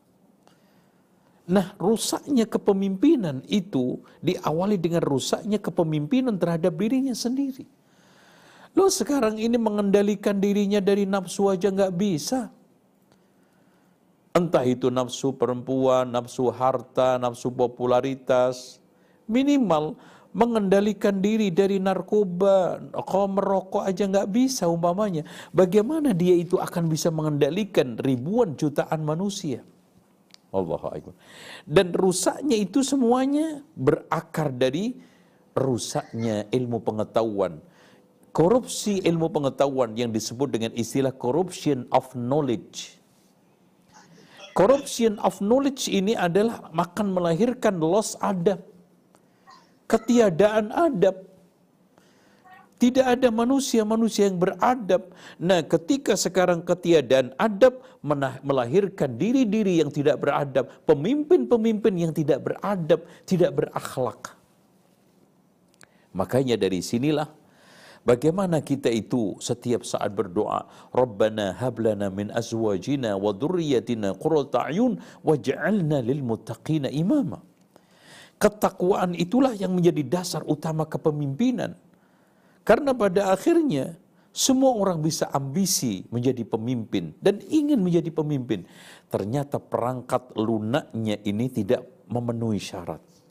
Speaker 2: Nah, rusaknya kepemimpinan itu diawali dengan rusaknya kepemimpinan terhadap dirinya sendiri. Loh, sekarang ini mengendalikan dirinya dari nafsu aja nggak bisa. Entah itu nafsu perempuan, nafsu harta, nafsu popularitas. Minimal mengendalikan diri dari narkoba, khamr, rokok aja nggak bisa umpamanya. Bagaimana dia itu akan bisa mengendalikan ribuan jutaan manusia? Allahu Akbar. Dan rusaknya itu semuanya berakar dari rusaknya ilmu pengetahuan. Korupsi ilmu pengetahuan yang disebut dengan istilah corruption of knowledge. Corruption of knowledge ini adalah akan melahirkan loss adab, ketiadaan adab. Tidak ada manusia-manusia yang beradab. Nah, ketika sekarang ketiadaan adab melahirkan diri-diri yang tidak beradab, pemimpin-pemimpin yang tidak beradab, tidak berakhlak. Makanya dari sinilah bagaimana kita itu setiap saat berdoa, Rabbana hablana min azwajina wa dhurriyyatina qurrata a'yun waj'alna lil muttaqina imama. Ketakwaan itulah yang menjadi dasar utama kepemimpinan. Karena pada akhirnya semua orang bisa ambisi menjadi pemimpin dan ingin menjadi pemimpin. Ternyata perangkat lunaknya ini tidak memenuhi syarat.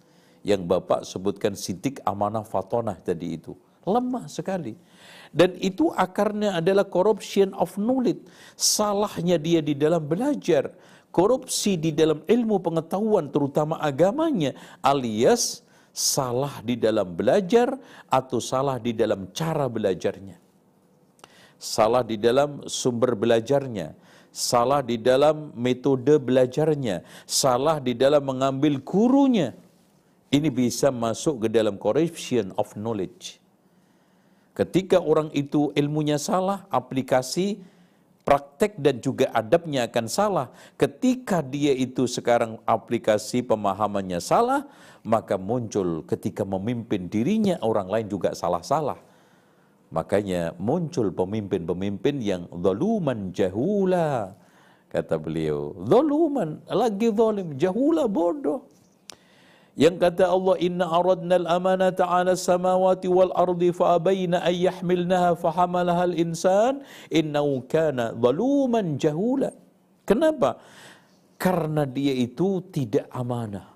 Speaker 2: yang Bapak sebutkan sidik, amanah, fatonah tadi itu. Lemah sekali. Dan itu akarnya adalah corruption of knowledge. Salahnya dia di dalam belajar. Korupsi di dalam ilmu pengetahuan terutama agamanya, alias salah di dalam belajar atau salah di dalam cara belajarnya. Salah di dalam sumber belajarnya, salah di dalam metode belajarnya, salah di dalam mengambil gurunya. Ini bisa masuk ke dalam corruption of knowledge. Ketika orang itu ilmunya salah, aplikasi, praktek dan juga adabnya akan salah. Ketika dia itu sekarang aplikasi pemahamannya salah, maka muncul ketika memimpin dirinya orang lain juga salah-salah. Makanya muncul pemimpin-pemimpin yang zaluman jahula. Kata beliau, zaluman, lagi zalim, jahula, bodoh. Yang kata Allah, inna aradna al-amanata 'ala samawati wal ardi fa abayna an yahmilnaha fa hamalaha al-insan innahu kana zaluman jahula. Kenapa? Karena dia itu tidak amanah.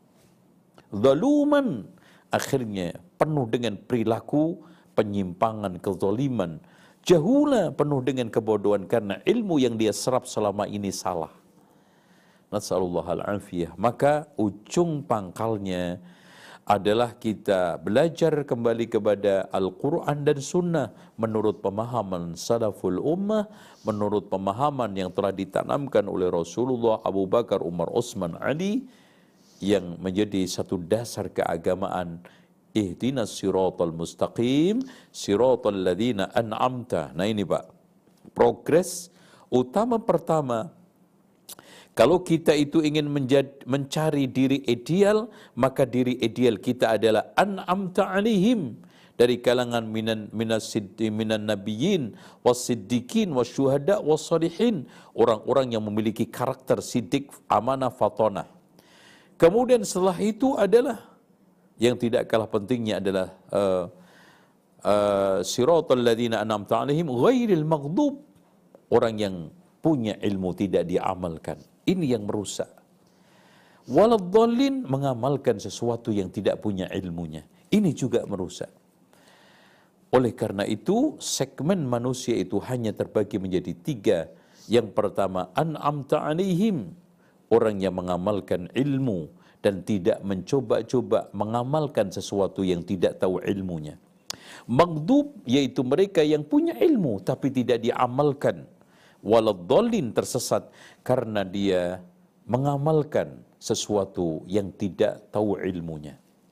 Speaker 2: Zaluman, akhirnya penuh dengan perilaku penyimpangan, kezaliman. Jahula, penuh dengan kebodohan karena ilmu yang dia serap selama ini salah. Nasallallahu al-afiyah. Maka ujung pangkalnya adalah kita belajar kembali kepada Al-Quran dan Sunnah menurut pemahaman salaful ummah, menurut pemahaman yang telah ditanamkan oleh Rasulullah, Abu Bakar, Umar, Utsman, Ali, yang menjadi satu dasar keagamaan. Ihdinas siratal mustaqim, siratal ladzina an'amta. Nah ini Pak, progres utama pertama. Kalau kita itu ingin menjadi, mencari diri ideal, maka diri ideal kita adalah an'amta alaihim, dari kalangan minan minas siddi minan nabiyyin wasiddiqin wasyuhada wassalihin, orang-orang yang memiliki karakter sidik, amanah, fatonah. Kemudian setelah itu adalah yang tidak kalah pentingnya adalah uh, uh, siratal ladzina an'amta alaihim ghairil maghdub, orang yang punya ilmu tidak diamalkan. Ini yang merusak. Waladhdallin, mengamalkan sesuatu yang tidak punya ilmunya. Ini juga merusak. Oleh karena itu, segmen manusia itu hanya terbagi menjadi tiga. Yang pertama, an'amta alaihim, orang yang mengamalkan ilmu dan tidak mencoba-coba mengamalkan sesuatu yang tidak tahu ilmunya. Maghdub, yaitu mereka yang punya ilmu tapi tidak diamalkan. Waladhdallin, tersesat karena dia mengamalkan sesuatu yang tidak tahu ilmunya.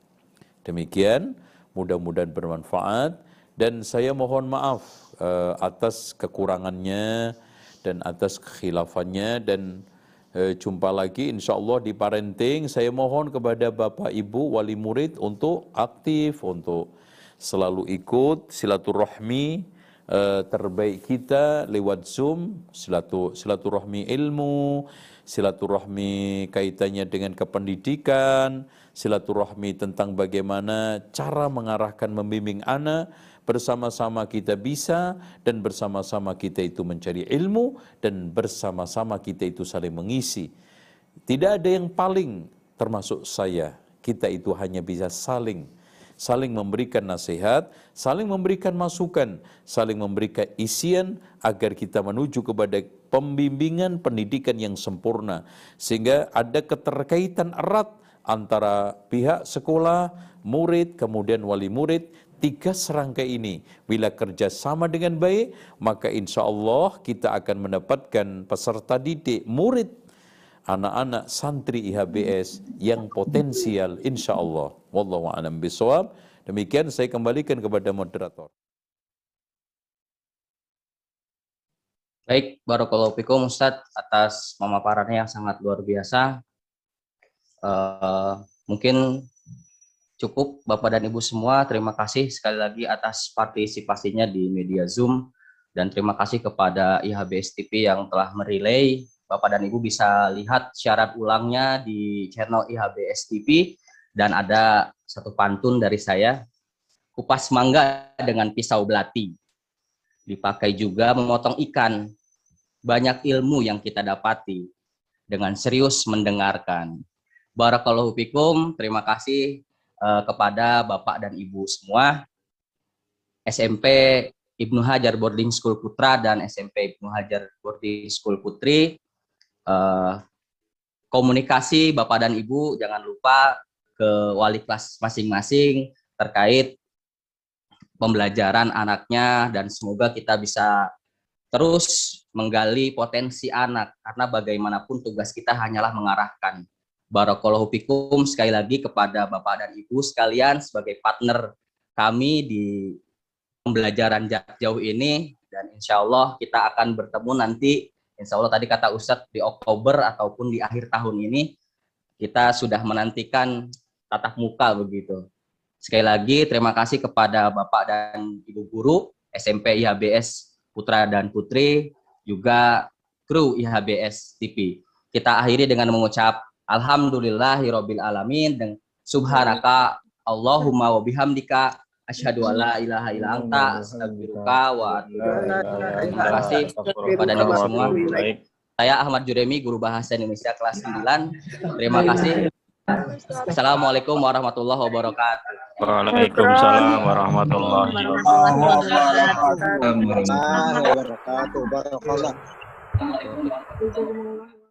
Speaker 2: Demikian, mudah-mudahan bermanfaat dan saya mohon maaf uh, atas kekurangannya dan atas kekhilafannya, dan uh, jumpa lagi insyaallah di parenting. Saya mohon kepada Bapak Ibu wali murid untuk aktif, untuk selalu ikut silaturahmi Uh, terbaik kita lewat Zoom, silatu, silaturahmi ilmu, silaturahmi kaitannya dengan kependidikan, silaturahmi tentang bagaimana cara mengarahkan membimbing anak, bersama-sama kita bisa, dan bersama-sama kita itu mencari ilmu, dan bersama-sama kita itu saling mengisi. Tidak ada yang paling, termasuk saya, kita itu hanya bisa saling saling memberikan nasihat, saling memberikan masukan, saling memberikan isian agar kita menuju kepada pembimbingan pendidikan yang sempurna, sehingga ada keterkaitan erat antara pihak sekolah, murid, kemudian wali murid. Tiga serangkai ini bila kerjasama dengan baik, maka insya Allah kita akan mendapatkan peserta didik, murid, anak-anak santri I H B S yang potensial insya Allah. Wallahu a'lam bishawab. Demikian saya kembalikan kepada moderator.
Speaker 1: Baik, barakallahu fikum Ustadz atas pemaparannya yang sangat luar biasa. Uh, mungkin cukup Bapak dan Ibu semua. Terima kasih sekali lagi atas partisipasinya di media Zoom, dan terima kasih kepada I H B S T V yang telah merelay. Bapak dan Ibu bisa lihat syarat ulangnya di channel I H B S T V, dan ada satu pantun dari saya, kupas mangga dengan pisau belati, dipakai juga memotong ikan, banyak ilmu yang kita dapati, dengan serius mendengarkan. Barakallahu fikum, terima kasih uh, kepada Bapak dan Ibu semua, S M P Ibnu Hajar Boarding School Putra dan S M P Ibnu Hajar Boarding School Putri, uh, komunikasi Bapak dan Ibu jangan lupa ke wali kelas masing-masing terkait pembelajaran anaknya, dan semoga kita bisa terus menggali potensi anak, karena bagaimanapun tugas kita hanyalah mengarahkan. Barakallahu fikum sekali lagi kepada Bapak dan Ibu sekalian sebagai partner kami di pembelajaran jarak jauh ini, dan insya Allah kita akan bertemu nanti, insya Allah tadi kata Ustadz di Oktober ataupun di akhir tahun ini kita sudah menantikan tatap muka begitu. Sekali lagi terima kasih kepada Bapak dan Ibu Guru S M P I H B S Putra dan Putri, juga kru I H B S T V. Kita akhiri dengan mengucap Alhamdulillahirabbil alamin dan subhanaka Allahumma wa bihamdika asyhadu alla ilaha illa anta astaghfiruka wa atubu ilaik. Terima kasih kepada Ibu semua. Saya Ahmad Juremi, guru bahasa Indonesia kelas sembilan. Terima kasih. Assalamualaikum warahmatullahi wabarakatuh.
Speaker 6: Waalaikumsalam warahmatullahi wabarakatuh.
Speaker 5: Wabarakatuh. Barakallah.